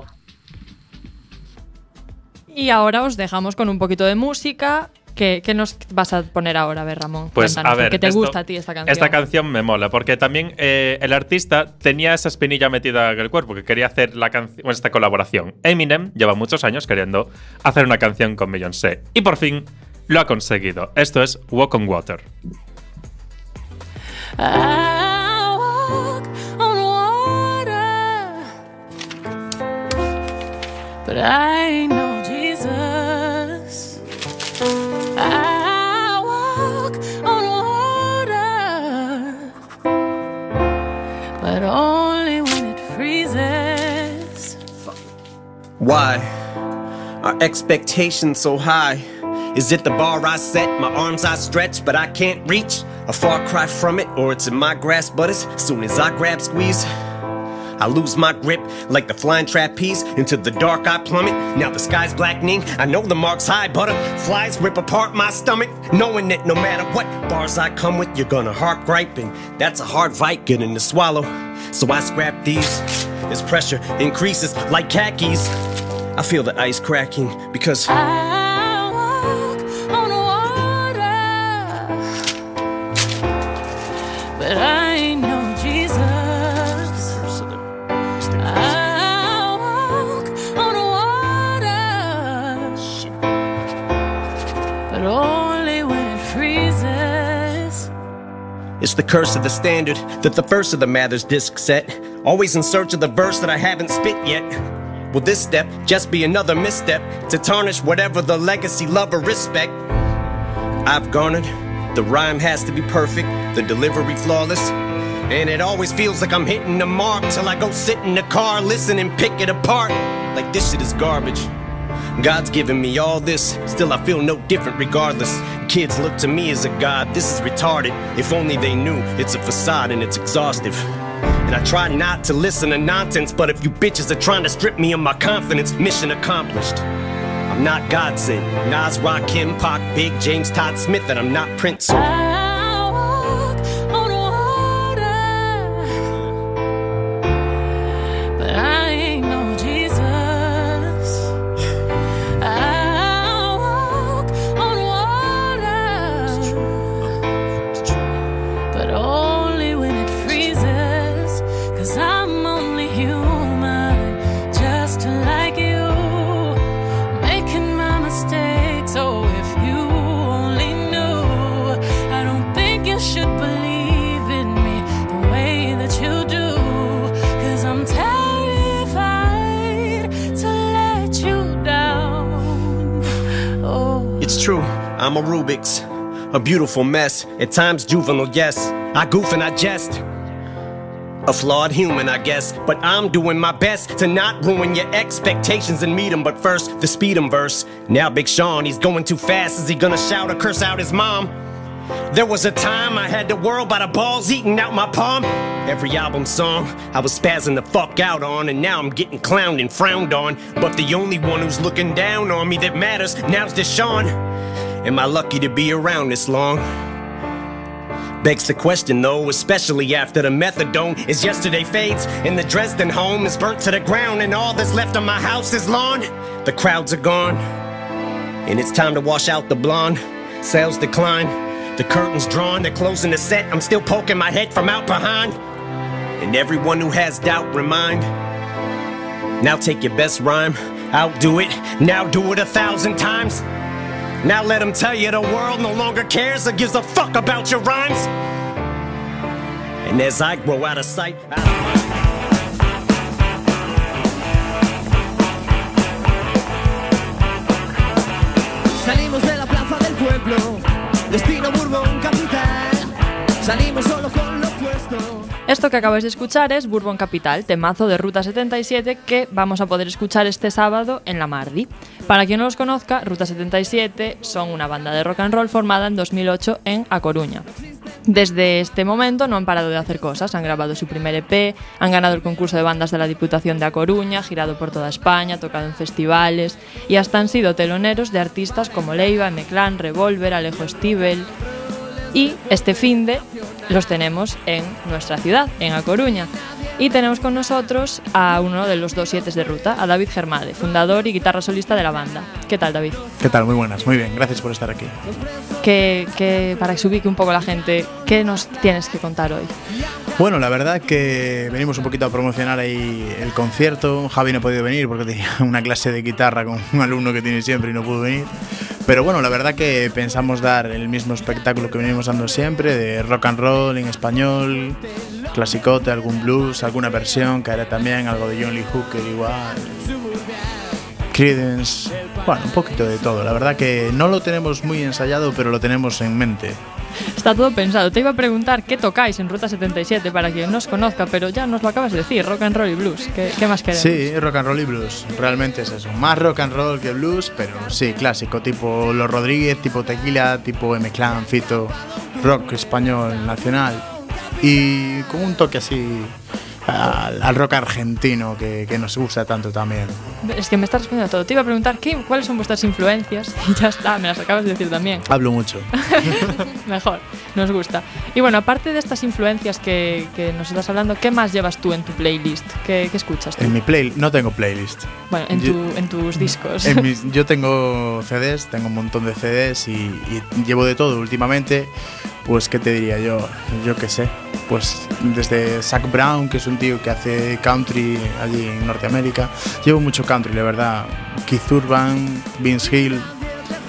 Y ahora os dejamos con un poquito de música. ¿Qué nos vas a poner ahora? A ver, Ramón. Pues cuéntanos, a ver, ¿qué te gusta a ti esta canción? Esta canción me mola, porque también el artista tenía esa espinilla metida en el cuerpo, que quería hacer esta colaboración. Eminem lleva muchos años queriendo hacer una canción con Beyoncé, y por fin lo ha conseguido. Esto es Walk on Water. I walk on water, but I know Jesus. I walk on water, but only when it freezes. Why are expectations so high? Is it the bar I set, my arms I stretch, but I can't reach? A far cry from it, or it's in my grasp, but as soon as I grab squeeze, I lose my grip like the flying trapeze. Into the dark I plummet, now the sky's blackening. I know the mark's high, butterflies rip apart my stomach, knowing that no matter what bars I come with, you're gonna heart griping. That's a hard fight getting to swallow, so I scrap these as pressure increases like khakis. I feel the ice cracking because I walk on water, but I know Jesus. I walk on water, It's the curse of the standard that the first of the Mathers disc set. Always in search of the verse that I haven't spit yet. Will this step just be another misstep to tarnish whatever the legacy, love, or respect I've garnered? The rhyme has to be perfect, the delivery flawless, and it always feels like I'm hitting the mark till I go sit in the car, listen and pick it apart like this shit is garbage. God's given me all this, still I feel no different regardless. Kids look to me as a god, this is retarded. If only they knew it's a facade and it's exhaustive. And I try not to listen to nonsense, but if you bitches are trying to strip me of my confidence, mission accomplished. I'm not God sent, Nas, Rakim, Pac, Big, James, Todd Smith, and I'm not Prince. So I walk on water, but I ain't no Jesus. I walk on water, but only when it freezes, 'cause I'm only human, just like you. So if you only knew, I don't think you should believe in me the way that you do, 'cause I'm terrified to let you down. Oh. It's true, I'm a Rubik's, a beautiful mess, at times juvenile, yes. I goof and I jest. A flawed human, I guess, but I'm doing my best to not ruin your expectations and meet 'em. But first, the speed 'em verse. Now Big Sean, he's going too fast. Is he gonna shout or curse out his mom? There was a time I had the world by the balls eating out my palm. Every album song I was spazzing the fuck out on, and now I'm getting clowned and frowned on. But the only one who's looking down on me that matters now's Deshaun. Am I lucky to be around this long? Begs the question though, especially after the methadone is yesterday fades and the Dresden home is burnt to the ground and all that's left of my house is lawn. The crowds are gone and it's time to wash out the blonde. Sales decline, the curtains drawn, they're closing the set. I'm still poking my head from out behind. And everyone who has doubt, remind. Now take your best rhyme, outdo it, now do it 1,000 times. Now let them tell you the world no longer cares or gives a fuck about your rhymes. And as I grow out of sight, salimos de la plaza del pueblo, destino Bourbon Capital. Salimos solo con lo puesto. Esto que acabáis de escuchar es Bourbon Capital, temazo de Ruta 77 que vamos a poder escuchar este sábado en la Mardi. Para quien no los conozca, Ruta 77 son una banda de rock and roll formada en 2008 en A Coruña. Desde este momento no han parado de hacer cosas, han grabado su primer EP, han ganado el concurso de bandas de la Diputación de A Coruña, girado por toda España, tocado en festivales y hasta han sido teloneros de artistas como Leiva, M-Clan, Revolver, Alejo Stivel. Y este finde los tenemos en nuestra ciudad, en A Coruña. Y tenemos con nosotros a uno de los 2/7 de Ruta, a David Germade, fundador y guitarra solista de la banda. ¿Qué tal, David? ¿Qué tal? Muy buenas, muy bien, gracias por estar aquí. Para que se ubique un poco la gente, ¿qué nos tienes que contar hoy? Bueno, la verdad que venimos un poquito a promocionar ahí el concierto. Javi no ha podido venir porque tenía una clase de guitarra con un alumno que tiene siempre y no pudo venir. Pero bueno, la verdad que pensamos dar el mismo espectáculo que venimos dando siempre, de rock and roll en español, clasicote, algún blues, alguna versión, que hará también algo de John Lee Hooker igual, Creedence, bueno, un poquito de todo. La verdad que no lo tenemos muy ensayado, pero lo tenemos en mente. Está todo pensado. Te iba a preguntar qué tocáis en Ruta 77 para quien no os conozca, pero ya nos lo acabas de decir, rock and roll y blues. ¿Qué más queremos? Sí, rock and roll y blues. Realmente es eso. Más rock and roll que blues, pero sí, clásico, tipo Los Rodríguez, tipo Tequila, tipo M-Clan, Fito, rock español nacional. Y con un toque así al rock argentino que nos gusta tanto también. Es que me estás respondiendo todo. Te iba a preguntar cuáles son vuestras influencias y ya está, me las acabas de decir también. Hablo mucho. Mejor, nos gusta. Y bueno, aparte de estas influencias que nos estás hablando, ¿qué más llevas tú en tu playlist? ¿Qué escuchas tú? En mi playlist, no tengo playlist. Bueno, en tus discos. Yo tengo CDs, tengo un montón de CDs y llevo de todo últimamente. Pues, ¿qué te diría yo? Yo qué sé. Pues desde Zac Brown, que es un tío que hace country allí en Norteamérica. Llevo mucho country, la verdad. Keith Urban, Vince Hill.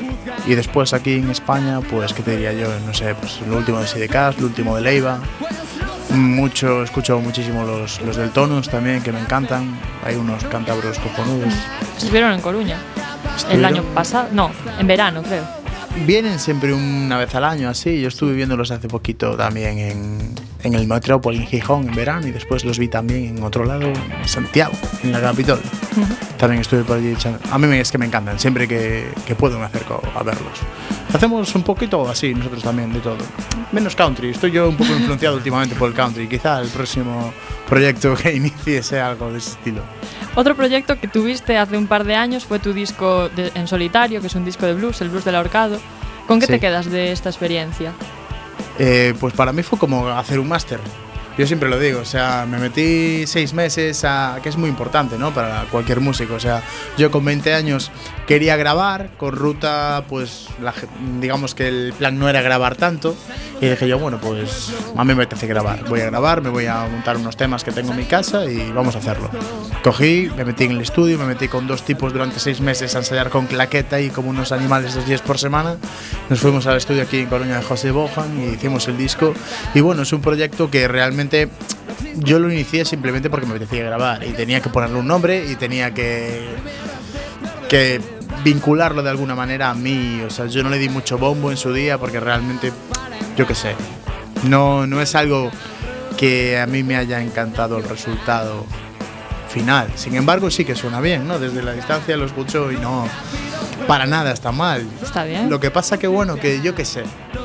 Y después aquí en España, pues, ¿qué te diría yo? No sé, pues lo último de Sidecash, lo último de Leiva. Escucho muchísimo los del Tonos también, que me encantan. Hay unos cántabros cojonudos. Estuvieron en Coruña. El año pasado, no, en verano creo. Vienen siempre una vez al año, así. Yo estuve viéndolos hace poquito también en el Metrópoli, en Gijón, en verano, y después los vi también en otro lado, en Santiago, en la capital. También estuve por allí echando. A mí es que me encantan, siempre que puedo me acerco a verlos. Hacemos un poquito así, nosotros también, de todo. Menos country, estoy yo un poco influenciado últimamente por el country. Quizá el próximo proyecto que inicie sea algo de ese estilo. Otro proyecto que tuviste hace un par de años fue tu disco en solitario, que es un disco de blues, el Blues del Ahorcado. ¿Con qué te quedas de esta experiencia? Pues para mí fue como hacer un máster. Yo siempre lo digo, o sea, me metí 6 meses que es muy importante, ¿no? Para cualquier músico, o sea, yo con 20 años quería grabar, con Ruta, pues, digamos que el plan no era grabar tanto, y dije yo, bueno, pues, a mí me apetece grabar, voy a grabar, me voy a montar unos temas que tengo en mi casa y vamos a hacerlo. Cogí, me metí en el estudio, me metí con 2 tipos durante 6 meses a ensayar con claqueta y como unos animales 2 días por semana. Nos fuimos al estudio aquí en Coruña de José Bojan y hicimos el disco, y bueno, es un proyecto que realmente yo lo inicié simplemente porque me apetecía grabar y tenía que ponerle un nombre y tenía que vincularlo de alguna manera a mí. O sea, yo no le di mucho bombo en su día porque realmente, yo qué sé, no es algo que a mí me haya encantado el resultado final. Sin embargo, sí que suena bien, ¿no? Desde la distancia lo escucho y no, para nada está mal. Está bien. Lo que pasa que, bueno, que yo qué sé,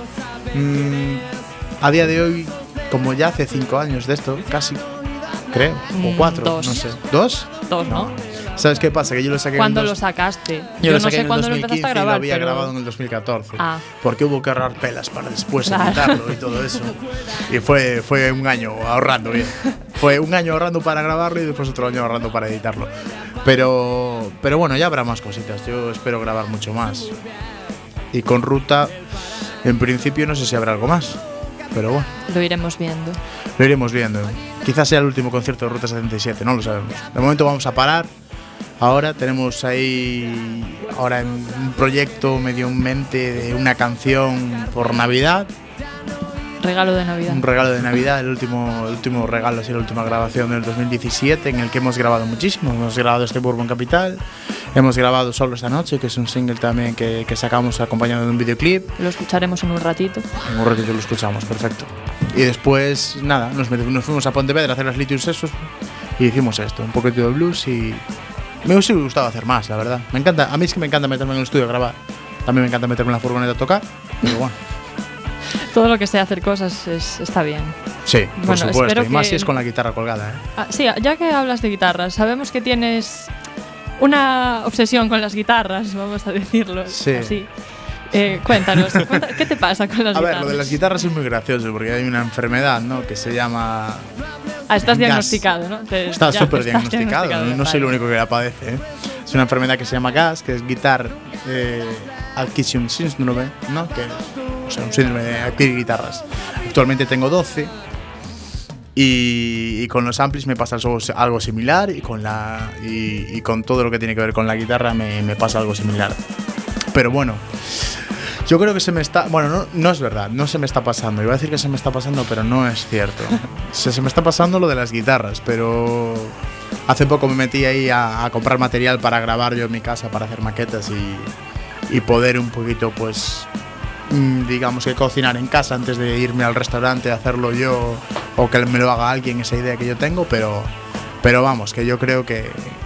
a día de hoy, como ya hace 5 años de esto, casi, creo, o 4, 2. no sé. ¿2? 2, ¿no? ¿Sabes qué pasa? Que yo lo saqué ¿Cuándo lo sacaste? Yo no sé cuándo lo empezaste a grabar. Y lo había pero... grabado en el 2014. Ah. Porque hubo que ahorrar pelas para después editarlo y todo eso. Y fue un año ahorrando bien. Fue un año ahorrando para grabarlo y después otro año ahorrando para editarlo. Pero bueno, ya habrá más cositas. Yo espero grabar mucho más. Y con Ruta, en principio no sé si habrá algo más. Pero bueno. Lo iremos viendo. Lo iremos viendo. Quizás sea el último concierto de Ruta 77, no lo sabemos. De momento vamos a parar. Ahora tenemos ahí en un proyecto medio en mente de una canción por Navidad. Regalo de Navidad. Un regalo de Navidad, el último regalo, así la última grabación del 2017, en el que hemos grabado muchísimo. Hemos grabado este Bourbon Capital, hemos grabado Solo esta noche, que es un single también que sacamos acompañado de un videoclip. Lo escucharemos en un ratito. En un ratito lo escuchamos, perfecto. Y después, nada, nos fuimos a Pontevedra a hacer las Lithium Sessions y hicimos esto, un poquito de blues y me hubiese gustado hacer más, la verdad. Me encanta, a mí es que me encanta meterme en el estudio a grabar. También me encanta meterme en la furgoneta a tocar, pero bueno. Todo lo que sea hacer cosas está bien. Sí, por supuesto. Y más que... si es con la guitarra colgada, ¿eh? Sí, ya que hablas de guitarras, sabemos que tienes una obsesión con las guitarras, vamos a decirlo así. Cuéntanos, ¿qué te pasa con las guitarras? A ver, lo de las guitarras es muy gracioso porque hay una enfermedad, ¿no? Que se llama... estás diagnosticado, ¿no? Está súper diagnosticado, no soy el único que la padece, ¿eh? Es una enfermedad que se llama GAS, que es Guitar Acquisition Syndrome, ¿no? Que es un síndrome de adquirir guitarras. Actualmente tengo 12 y con los amplis me pasa algo similar y con todo lo que tiene que ver con la guitarra me pasa algo similar. Pero bueno, yo creo que se me está... Bueno, no es verdad, no se me está pasando. Iba a decir que se me está pasando, pero no es cierto. Se me está pasando lo de las guitarras, pero hace poco me metí ahí a comprar material para grabar yo en mi casa, para hacer maquetas y poder un poquito, pues, digamos que cocinar en casa antes de irme al restaurante a hacerlo yo o que me lo haga alguien, esa idea que yo tengo, pero vamos, que yo creo que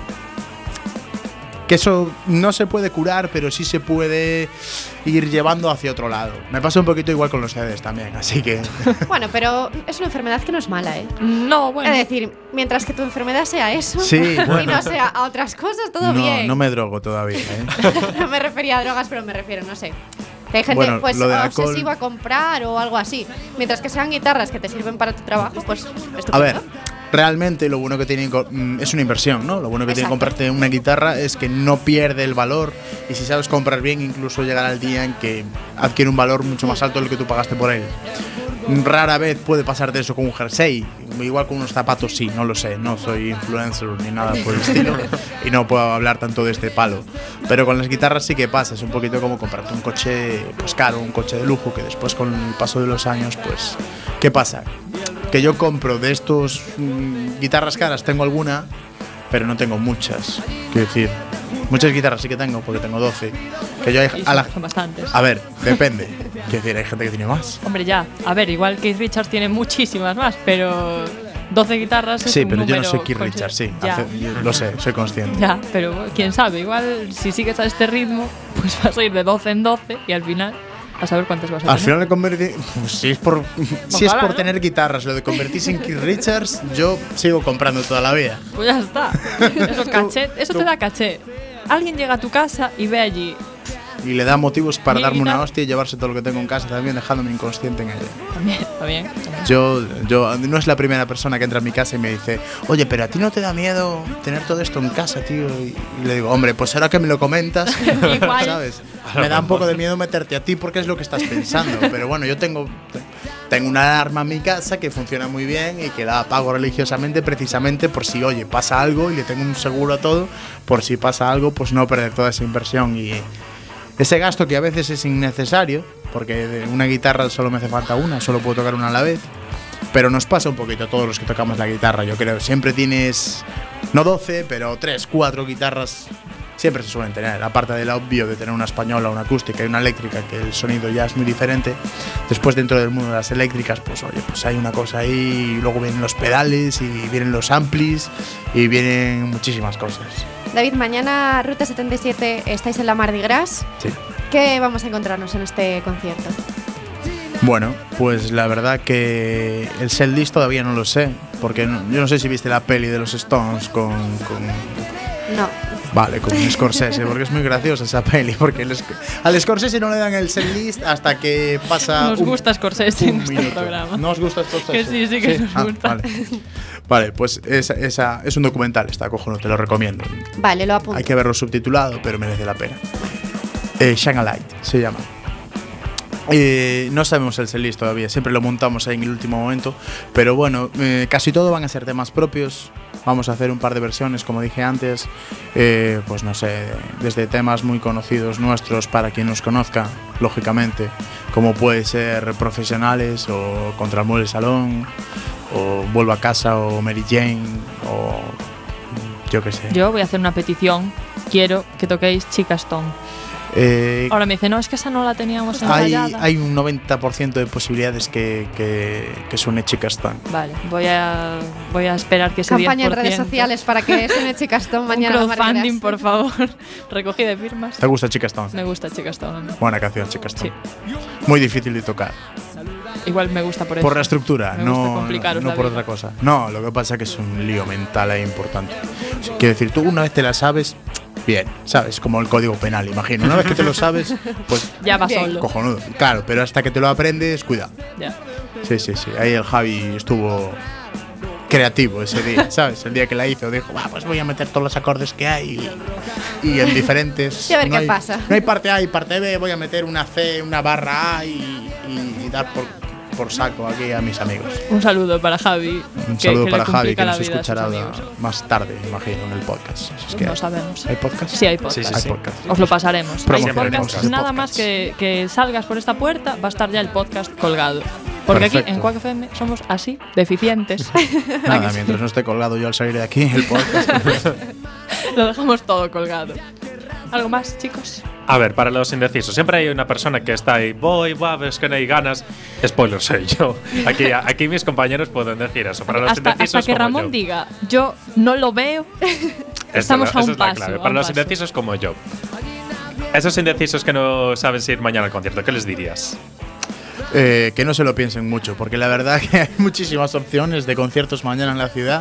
eso no se puede curar, pero sí se puede ir llevando hacia otro lado. Me pasa un poquito igual con los CDs también, así que... Bueno, pero es una enfermedad que no es mala, ¿eh? No, bueno. Es decir, mientras que tu enfermedad sea eso sí, bueno. y no sea a otras cosas, todo bien. No me drogo todavía, ¿eh? No me refería a drogas, pero me refiero, no sé. Que hay gente pues obsesiva a comprar o algo así. Mientras que sean guitarras que te sirven para tu trabajo, pues estupendo. A ver, realmente lo bueno que tiene es una inversión, ¿no? Lo bueno que tiene comprarte una guitarra es que no pierde el valor, y si sabes comprar bien, incluso llegará el día en que adquiere un valor mucho más alto del que tú pagaste por él. Rara vez puede pasarte eso con un jersey, igual con unos zapatos sí, no lo sé, no soy influencer ni nada por el estilo y no puedo hablar tanto de este palo, pero con las guitarras sí que pasa, es un poquito como comprarte un coche pues caro, un coche de lujo, que después con el paso de los años pues, ¿qué pasa? Que yo compro de estos guitarras caras, tengo alguna, pero no tengo muchas, quiero decir, muchas guitarras sí que tengo, porque tengo 12. Que yo son bastantes. A ver, depende. Quiero decir, hay gente que tiene más. Hombre, ya. A ver, igual Keith Richards tiene muchísimas más, pero 12 guitarras es sí, un pero yo no número soy Keith Richards, sí. Ya. Lo sé, soy consciente. Ya, pero quién sabe, igual si sigues a este ritmo, pues vas a ir de 12 en 12 y al final a saber cuántas vas a tener. Al final de convertir, si es por tener guitarras, lo de convertirse en Keith Richards, yo sigo comprando toda la vida. Pues ya está. Eso te da caché. Alguien llega a tu casa y ve allí. Y le da motivos para darme una hostia y llevarse todo lo que tengo en casa, también dejándome inconsciente en ella. También, está bien. Yo no es la primera persona que entra a mi casa y me dice, oye, pero a ti no te da miedo tener todo esto en casa, tío. Y le digo, hombre, pues ahora que me lo comentas, ¿sabes? Me da un poco de miedo meterte a ti porque es lo que estás pensando. Pero bueno, yo tengo una alarma en mi casa que funciona muy bien y que la apago religiosamente precisamente por si, oye, pasa algo, y le tengo un seguro a todo, por si pasa algo, pues no perder toda esa inversión y ese gasto que a veces es innecesario, porque de una guitarra solo me hace falta una, solo puedo tocar una a la vez, pero nos pasa un poquito a todos los que tocamos la guitarra, yo creo. Siempre tienes, no 12, pero 3, 4 guitarras siempre se suelen tener, aparte del obvio de tener una española, una acústica y una eléctrica, que el sonido ya es muy diferente. Después, dentro del mundo de las eléctricas, pues oye, pues hay una cosa ahí, y luego vienen los pedales y vienen los amplis y vienen muchísimas cosas. David, mañana Ruta 77 estáis en la Mardi Gras. Sí. ¿Qué vamos a encontrarnos en este concierto? Bueno, pues la verdad que el setlist todavía no lo sé, porque yo no sé si viste la peli de los Stones con No. Vale, con Scorsese, porque es muy graciosa esa peli, porque al Scorsese no le dan el setlist hasta que pasa. Nos gusta Scorsese en este minuto. programa. ¿No os gusta Scorsese? Que sí que nos gusta. Vale, pues esa es un documental, está cojonudo, te lo recomiendo. Vale, lo apunto. Hay que verlo subtitulado, pero merece la pena. Shine a Light se llama. No sabemos el setlist todavía, siempre lo montamos ahí en el último momento, pero bueno, casi todo van a ser temas propios. Vamos a hacer un par de versiones, como dije antes, pues no sé, desde temas muy conocidos nuestros para quien nos conozca, lógicamente, como puede ser Profesionales o Contra el Mueble Salón o Vuelvo a Casa o Mary Jane o yo qué sé. Yo voy a hacer una petición, quiero que toquéis Chica Stone. Ahora me dice, no, es que esa no la teníamos ensayada. Hay un 90% de posibilidades que suene Chica Stone. Vale, voy a esperar que ese 10%. Campaña en redes sociales para que suene Chica Stone mañana. Un crowdfunding, por favor. Recogida de firmas. ¿Te gusta Chica Stone? Me gusta Chica Stone. Buena canción, Chica Stone. Sí. Muy difícil de tocar. Igual me gusta por eso. Por la estructura, no por vida. otra cosa. No, lo que pasa es que es un lío mental ahí importante. Quiero decir, tú una vez te la sabes, bien, ¿sabes? Como el código penal, imagino. Una vez que te lo sabes, pues ya va solo. Cojonudo. Claro, pero hasta que te lo aprendes, cuidado. Ya. Sí. Ahí el Javi estuvo creativo ese día, ¿sabes? El día que la hizo, dijo, pues voy a meter todos los acordes que hay y en diferentes. Y a ver qué pasa. No hay parte A y parte B, voy a meter una C, una barra A y dar por saco aquí a mis amigos. Un saludo para Javi. Un saludo para Javi, que nos escuchará más tarde, imagino, en el podcast. Es que no sabemos. ¿Hay podcast? Sí, hay podcast. Sí. Hay podcast. Os lo pasaremos. Hay podcast. Nada podcast. más que salgas por esta puerta, va a estar ya el podcast colgado. Porque Perfecto. Aquí en Quack FM somos así, deficientes. Nada, mientras no esté colgado yo al salir de aquí, el podcast. Lo dejamos todo colgado. ¿Algo más, chicos? A ver, para los indecisos, siempre hay una persona que está ahí, es que no hay ganas. Spoiler, soy yo. Aquí mis compañeros pueden decir eso. Para los indecisos, hasta que como Ramón yo. diga, yo no lo veo, estamos a un es la paso. clave. Para los indecisos como yo. Esos indecisos que no saben si ir mañana al concierto, ¿qué les dirías? Que no se lo piensen mucho, porque la verdad que hay muchísimas opciones de conciertos mañana en la ciudad.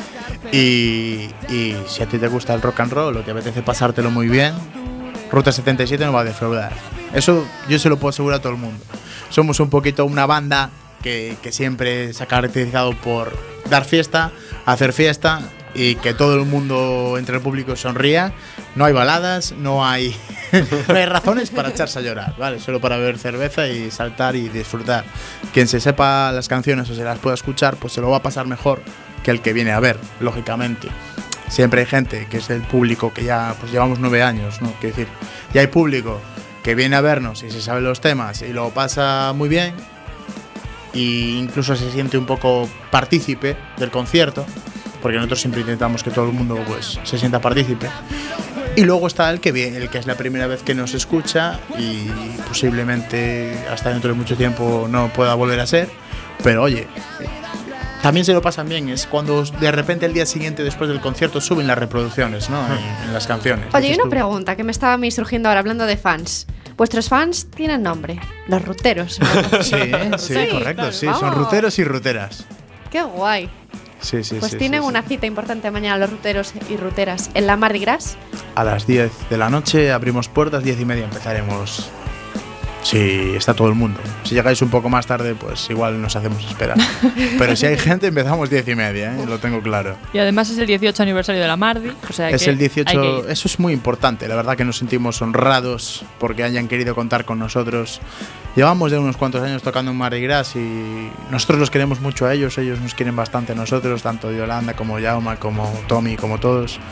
Y si a ti te gusta el rock and roll o te apetece pasártelo muy bien, Ruta 77 no va a defraudar. Eso yo se lo puedo asegurar a todo el mundo. Somos un poquito una banda que siempre se ha caracterizado por dar fiesta, hacer fiesta y que todo el mundo entre el público sonría. No hay baladas, no hay razones para echarse a llorar, ¿vale? Solo para beber cerveza y saltar y disfrutar. Quien se sepa las canciones o se las pueda escuchar, pues se lo va a pasar mejor que el que viene a ver, lógicamente. Siempre hay gente que es del público que ya pues llevamos 9 años, ¿no? Quiero decir, ya hay público que viene a vernos y se sabe los temas y lo pasa muy bien e incluso se siente un poco partícipe del concierto, porque nosotros siempre intentamos que todo el mundo pues se sienta partícipe. Y luego está el que es la primera vez que nos escucha y posiblemente hasta dentro de mucho tiempo no pueda volver a ser, pero oye, también se lo pasan bien. Es cuando de repente el día siguiente después del concierto suben las reproducciones, ¿no? En las canciones. Oye, Dices una tú, pregunta que me estaba a mí surgiendo ahora hablando de fans. ¿Vuestros fans tienen nombre? Los ruteros. Sí, correcto, sí, son ruteros y ruteras. Qué guay. Sí, sí, Pues sí, tienen sí, una cita importante mañana los ruteros y ruteras en la Mardi Gras. A las 10 de la noche abrimos puertas, 10:30 empezaremos. Sí, está todo el mundo. Si llegáis un poco más tarde, pues igual nos hacemos esperar. Pero si hay gente, empezamos 10:30, lo tengo claro. Y además es el 18 aniversario de la Mardi. O sea Es que el 18, hay que ir. eso es muy importante. La verdad que nos sentimos honrados porque hayan querido contar con nosotros. Llevamos ya unos cuantos años tocando en Mardi Gras y nosotros los queremos mucho a ellos nos quieren bastante a nosotros, tanto Yolanda como Jaume, como Tommy, como todos.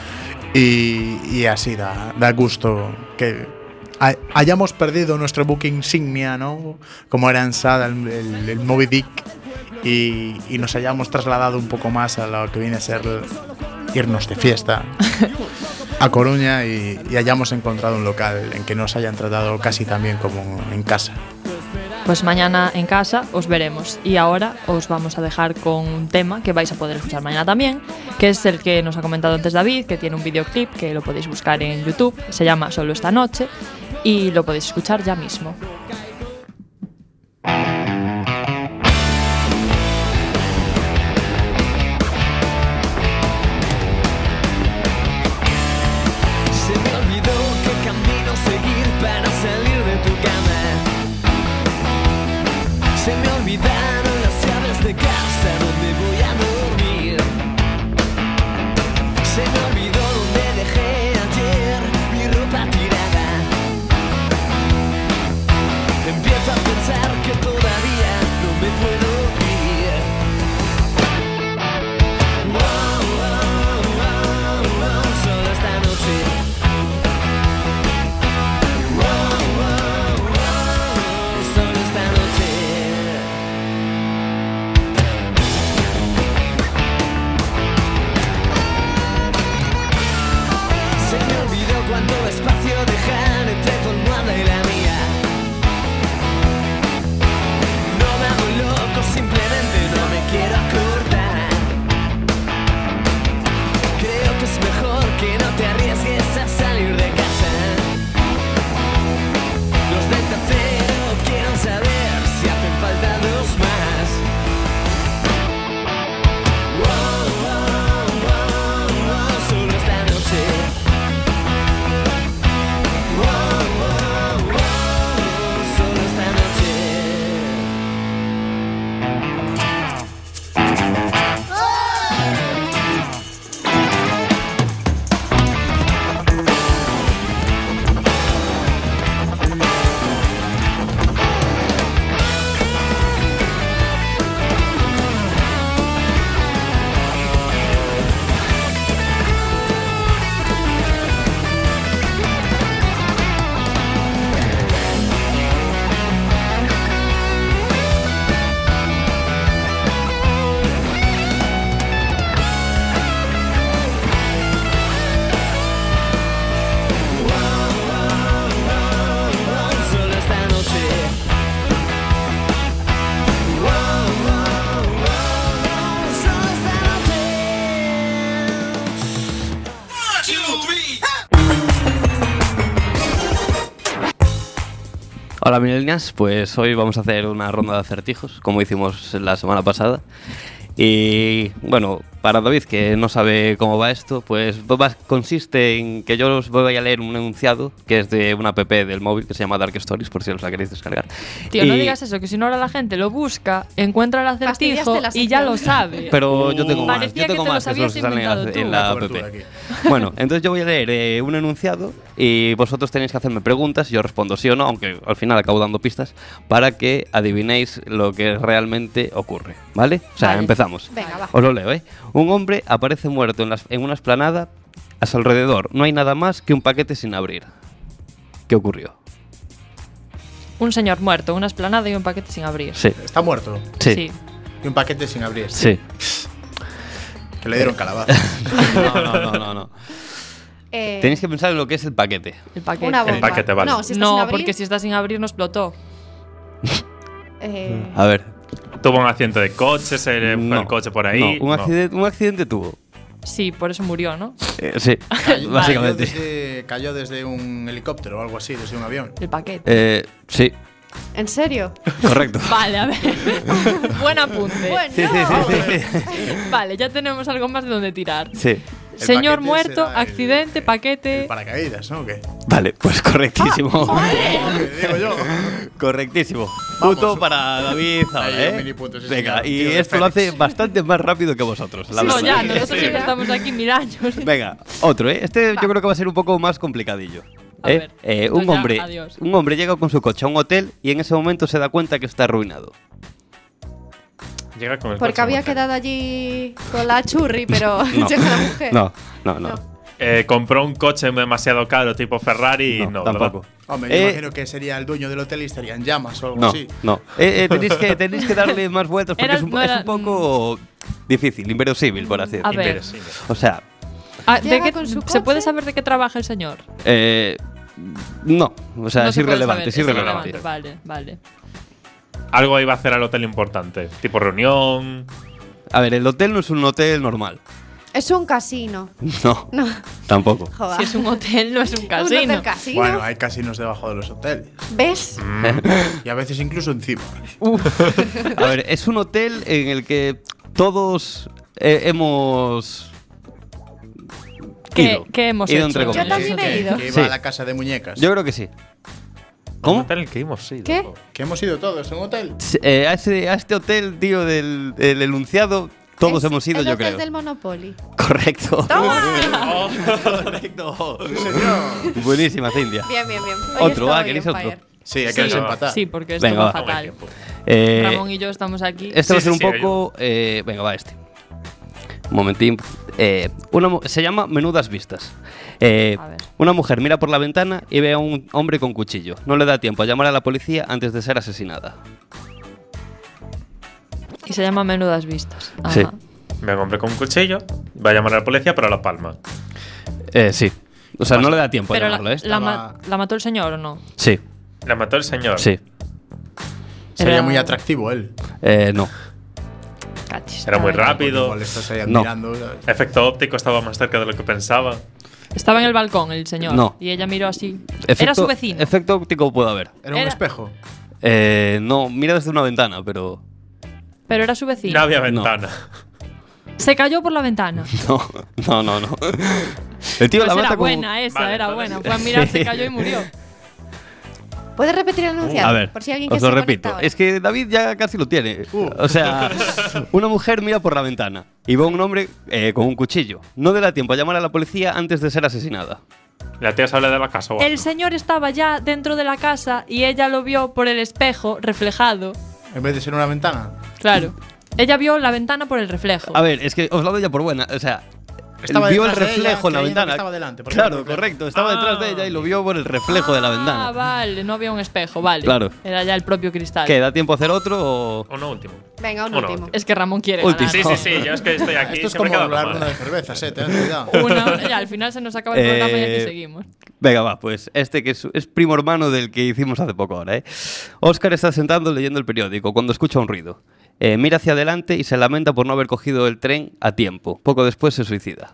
Y así da gusto que hayamos perdido nuestro buque insignia, ¿no? Como era en Sada, el Moby Dick, y nos hayamos trasladado un poco más a lo que viene a ser irnos de fiesta a Coruña y hayamos encontrado un local en que nos hayan tratado casi tan bien como en casa. Pues mañana en casa os veremos. Y ahora os vamos a dejar con un tema que vais a poder escuchar mañana también, que es el que nos ha comentado antes David, que tiene un videoclip que lo podéis buscar en YouTube. Se llama Solo esta noche y lo podéis escuchar ya mismo. Se me olvidó qué camino seguir para salir de tu cama. Se me olvidaron las llaves de casa donde voy a dormir. Se me olvidó donde dejé ayer mi ropa tirada. Empiezo a pensar que todavía no me puedo ir. Wow, wow, wow, wow, solo esta noche. Wow, wow, wow, solo esta noche. Se me olvidó cuánto espacio dejar entre tu almohada y la mía. No me hago loco, simplemente no me quiero acordar. Creo que es mejor que no te arriesgues a salir de casa. Los del tercero quieren saber si hacen falta dos más. Wow, wow, wow, wow, solo esta noche. Wow, wow, wow, solo esta noche. Solo esta noche. Wow, wow, wow, solo esta noche. 1, 2, 3. Hola milenias, pues hoy vamos a hacer una ronda de acertijos, como hicimos la semana pasada. Y bueno, para David, que no sabe cómo va esto, pues consiste en que yo os voy a leer un enunciado que es de una app del móvil que se llama Dark Stories, por si os la queréis descargar. Tío, no digas eso, que si no ahora la gente lo busca, encuentra el acertijo Fastidiaste la y ya lo sección. sabe. Pero yo tengo más, Parecía yo tengo que te más los que los habías que salen inventado tú. en la app. Bueno, entonces yo voy a leer un enunciado y vosotros tenéis que hacerme preguntas y yo respondo sí o no, aunque al final acabo dando pistas para que adivinéis lo que realmente ocurre, ¿vale? O sea, Vale. empezamos. Venga, va. Os lo leo, ¿eh? Un hombre aparece muerto en una explanada. A su alrededor no hay nada más que un paquete sin abrir. ¿Qué ocurrió? Un señor muerto, una esplanada y un paquete sin abrir. Sí. ¿Está muerto? Sí. Y un paquete sin abrir. Sí. Que le dieron calabaza. No. Tenéis que pensar en lo que es el paquete. El paquete. Una bomba. El paquete, vale. No, si está No, sin abrir, porque si está sin abrir no explotó. A ver. Tuvo un accidente de coche, se le fue No. el coche por ahí. No, un accidente tuvo. Sí, por eso murió, ¿no? Sí, básicamente. Cayó desde un helicóptero o algo así, desde un avión. El paquete. Sí, ¿En serio? correcto. Vale, a ver. Buen apunte. Bueno, Sí. Vale, ya tenemos algo más de donde tirar. Sí. Señor paquete muerto, será accidente, paquete. Paracaídas, ¿no? ¿O qué? Vale, pues correctísimo. Digo yo. Correctísimo. Vamos. Punto para David ahora, Ahí, un mini punto, sí, Venga, señor. y Tío de esto lo hace Félix. bastante más rápido que vosotros, la No, verdad. ya, nosotros siempre estamos aquí 1000 años. Venga, otro, ¿eh? Este yo creo que va a ser un poco más complicadillo. A ver, un, entonces ya, adiós. un hombre llega con su coche a un hotel y en ese momento se da cuenta que está arruinado. Llega con el porque coche había motel. quedado allí con la churri, pero No. llega la mujer. No. Compró un coche demasiado caro, tipo Ferrari, y no, tampoco. ¿verdad? Hombre, yo imagino que sería el dueño del hotel y estaría en llamas o algo No, así. no. Tenéis que darle más vueltas porque es un poco difícil, inverosímil, por así A decirlo. ver. O sea, Ah, Llega ¿de con qué, su ¿se puede coche? saber de qué trabaja el señor? no. O sea, No es se puede irrelevante, saber, es irrelevante. Vale. Algo iba a hacer al hotel importante, tipo reunión. A ver, el hotel no es un hotel normal. Es un casino. No, No, tampoco. joder. Si es un hotel, no es un ¿Un casino. hotel casino? Bueno, hay casinos debajo de los hoteles. ¿Ves? Y a veces incluso encima. A ver, es un hotel en el que todos hemos ido. ¿Qué hemos Ido hecho? entre Yo comillas. también he ido. Que iba Sí. a la casa de muñecas. Yo creo que sí. ¿Cómo? Un hotel en el que hemos ido. ¿Qué? Que hemos ido todos a un hotel. A este hotel, tío, del enunciado, todos Es hemos ido, el yo hotel creo. del Monopoly. Correcto. ¡Toma! Correcto. Buenísima, Cindia. Bien. Hoy Otro, estoy ¿queréis on otro? fire. Sí, hay que Sí, desempatar. Sí, porque esto Venga, va va. fatal. Eh, Ramón y yo estamos aquí. Este va a Sí, ser un sí, sí, poco. Venga, va este. Un momentín. Se llama Menudas Vistas. A ver. Una mujer mira por la ventana y ve a un hombre con cuchillo. No le da tiempo a llamar a la policía antes de ser asesinada. Y se llama Menudas Vistas. Ajá. Sí. Me compré con un cuchillo, va a llamar a la policía, pero a La Palma. Sí. O sea, no le da tiempo a Pero llamarlo, ¿eh? ¿la mató el señor o no? Sí, La mató el señor. sí. Sería Era- muy atractivo él. No. Cachis. Era muy A ver. rápido. Igual estás ahí No. admirando. Efecto óptico, estaba más cerca de lo que pensaba. Estaba en el balcón el señor. No. Y ella miró así. Era su vecino. Efecto óptico puede haber. Era un Era- espejo. No, mira desde una ventana, pero. Pero era su vecino. No había No. ventana. Se cayó por la ventana. No. El tío Pues la era mata con. buena esa, Vale, era entonces- buena. Fue a mirar, se cayó y murió. ¿Puedes repetir el enunciado? A ver, Por si alguien que os se lo conecta repito. ahora. Es que David ya casi lo tiene. O sea, una mujer mira por la ventana y ve a un hombre con un cuchillo. No le da tiempo a llamar a la policía antes de ser asesinada. La tía sale de la casa. o El algo. señor estaba ya dentro de la casa y ella lo vio por el espejo reflejado. En vez de ser una ventana. Claro. Ella vio la ventana por el reflejo. A ver, es que os lo doy ya por buena. O sea, Estaba vio el detrás de ella, reflejo en la creyendo que ventana. estaba delante, porque Claro, era un reflejo. correcto. Estaba detrás de ella y lo vio por el reflejo de la Ah, ventana. vale, no había un espejo, vale. Claro. Era ya el propio cristal. ¿Qué? ¿Da tiempo a hacer otro o.? Uno último. Venga, un Uno último. Es que Ramón quiere Último. ganar. Sí, yo es que estoy aquí. Esto es se me como queda hablar mal. una de cervezas, ten cuidado. Ya, al final se nos acaba el programa y aquí seguimos. Venga, va, pues este que es primo hermano del que hicimos hace poco ahora, ¿eh? Óscar está sentado leyendo el periódico cuando escucha un ruido. Mira hacia adelante y se lamenta por no haber cogido el tren a tiempo. Poco después se suicida.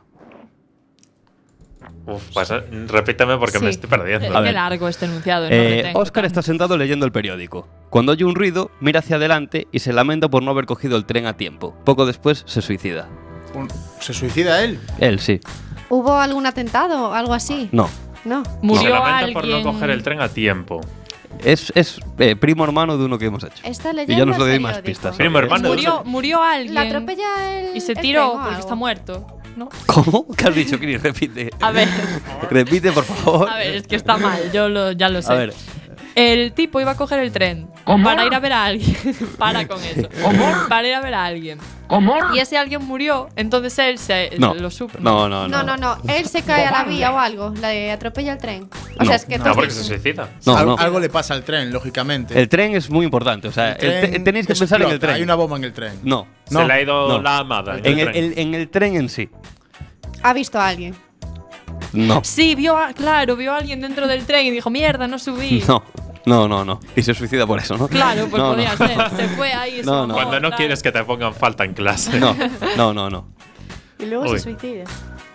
Uf, pues repíteme porque me Sí. estoy perdiendo. A Qué ver. largo este enunciado. no retengo Óscar tanto. está sentado leyendo el periódico Cuando oye un ruido, mira hacia adelante y se lamenta por no haber cogido el tren a tiempo. Poco después se suicida. ¿Se suicida él? Él sí. ¿Hubo algún atentado o algo así? No. No. Se Murió lamenta alguien. por no coger el tren a tiempo. Es primo hermano de uno que hemos hecho. Esta Y leyenda yo no os es doy más periódico. pistas. Primo hermano. Murió alguien. La atropella el y se el tiró tren o porque algo. está muerto, ¿no? ¿Cómo? ¿Qué has dicho, Chris? Repite. A ver, Repite, por favor. a ver, es que está mal, ya lo sé. A ver. El tipo iba a coger el tren para ir a ver a alguien. Para con eso. Para ir a ver a alguien. Y ese alguien murió, entonces él No. lo supo. No. No. Él se cae a la vía o algo. Le atropella el tren. O No. sea, es que No, porque se suicida. No. Algo le pasa al tren, lógicamente. El tren es muy importante. O sea, El tren tenéis que pensar en el explota, tren. Hay una bomba en el tren. No. Se le ha ido No. la amada. En el tren en sí. ha visto a alguien. No. Sí, vio a alguien dentro del tren y dijo, mierda, no subí. No. Y se suicida por eso, ¿no? Claro, pues No, podía no. ser. Se fue ahí. se No, mamó, Cuando no tal. quieres que te pongan falta en clase. No. Y luego Uy. se suicida.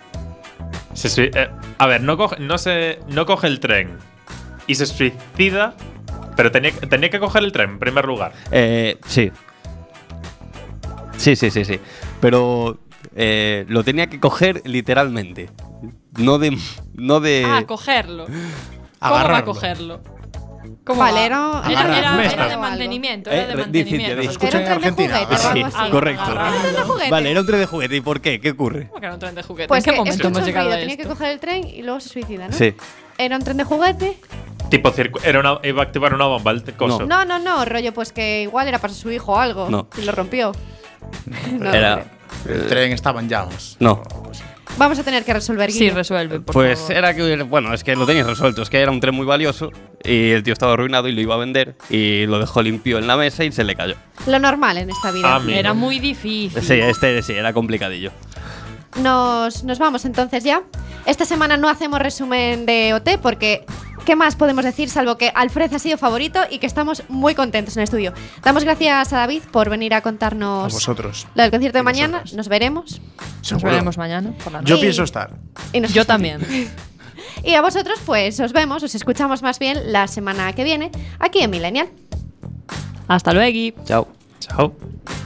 A ver, no coge el tren y se suicida, pero tenía que coger el tren en primer lugar. Sí. Sí. Pero lo tenía que coger literalmente. No de. Ah, cogerlo. ¿Cómo va a Agarrarlo. cogerlo? ¿Cómo Vale, va? era Era de algo. mantenimiento. Era de Di, mantenimiento. Cintia, di. Escucha en Era un tren de Argentina. juguete o Sí, algo así. correcto. Agarrarlo. ¿Un tren de juguete? Vale, era un tren de juguete. ¿Y por qué? ¿Qué ocurre? ¿Cómo que era un tren de juguete? Pues ¿En qué que momento escucha hemos un llegado ruido, a tenía que esto? coger el tren y luego se suicida, ¿no? Sí. Era un tren de juguete. Tipo, iba a activar una bomba el coso. No, rollo, pues que igual era para su hijo o algo. No. Y lo rompió. No, Era. El tren estaba en llamas. No. Vamos a tener que resolver, Sí, Guille. resuelve, por Pues favor. era que. Bueno, es que lo tenías resuelto. Es que era un tren muy valioso. Y el tío estaba arruinado y lo iba a vender. Y lo dejó limpio en la mesa y se le cayó. Lo normal en esta vida. Amigo. Era muy difícil. Sí, era complicadillo. Nos vamos entonces ya. Esta semana no hacemos resumen de OT porque ¿qué más podemos decir salvo que Alfred ha sido favorito y que estamos muy contentos en el estudio? Damos gracias a David por venir a contarnos A vosotros. lo del concierto de Y mañana. vosotras. Nos veremos. Nos Seguro. veremos mañana por la noche. Yo Y- pienso estar. Y nosotros Yo también. Y a vosotros pues os vemos, os escuchamos más bien la semana que viene aquí en Millennial. Hasta luego. Chao. Chao.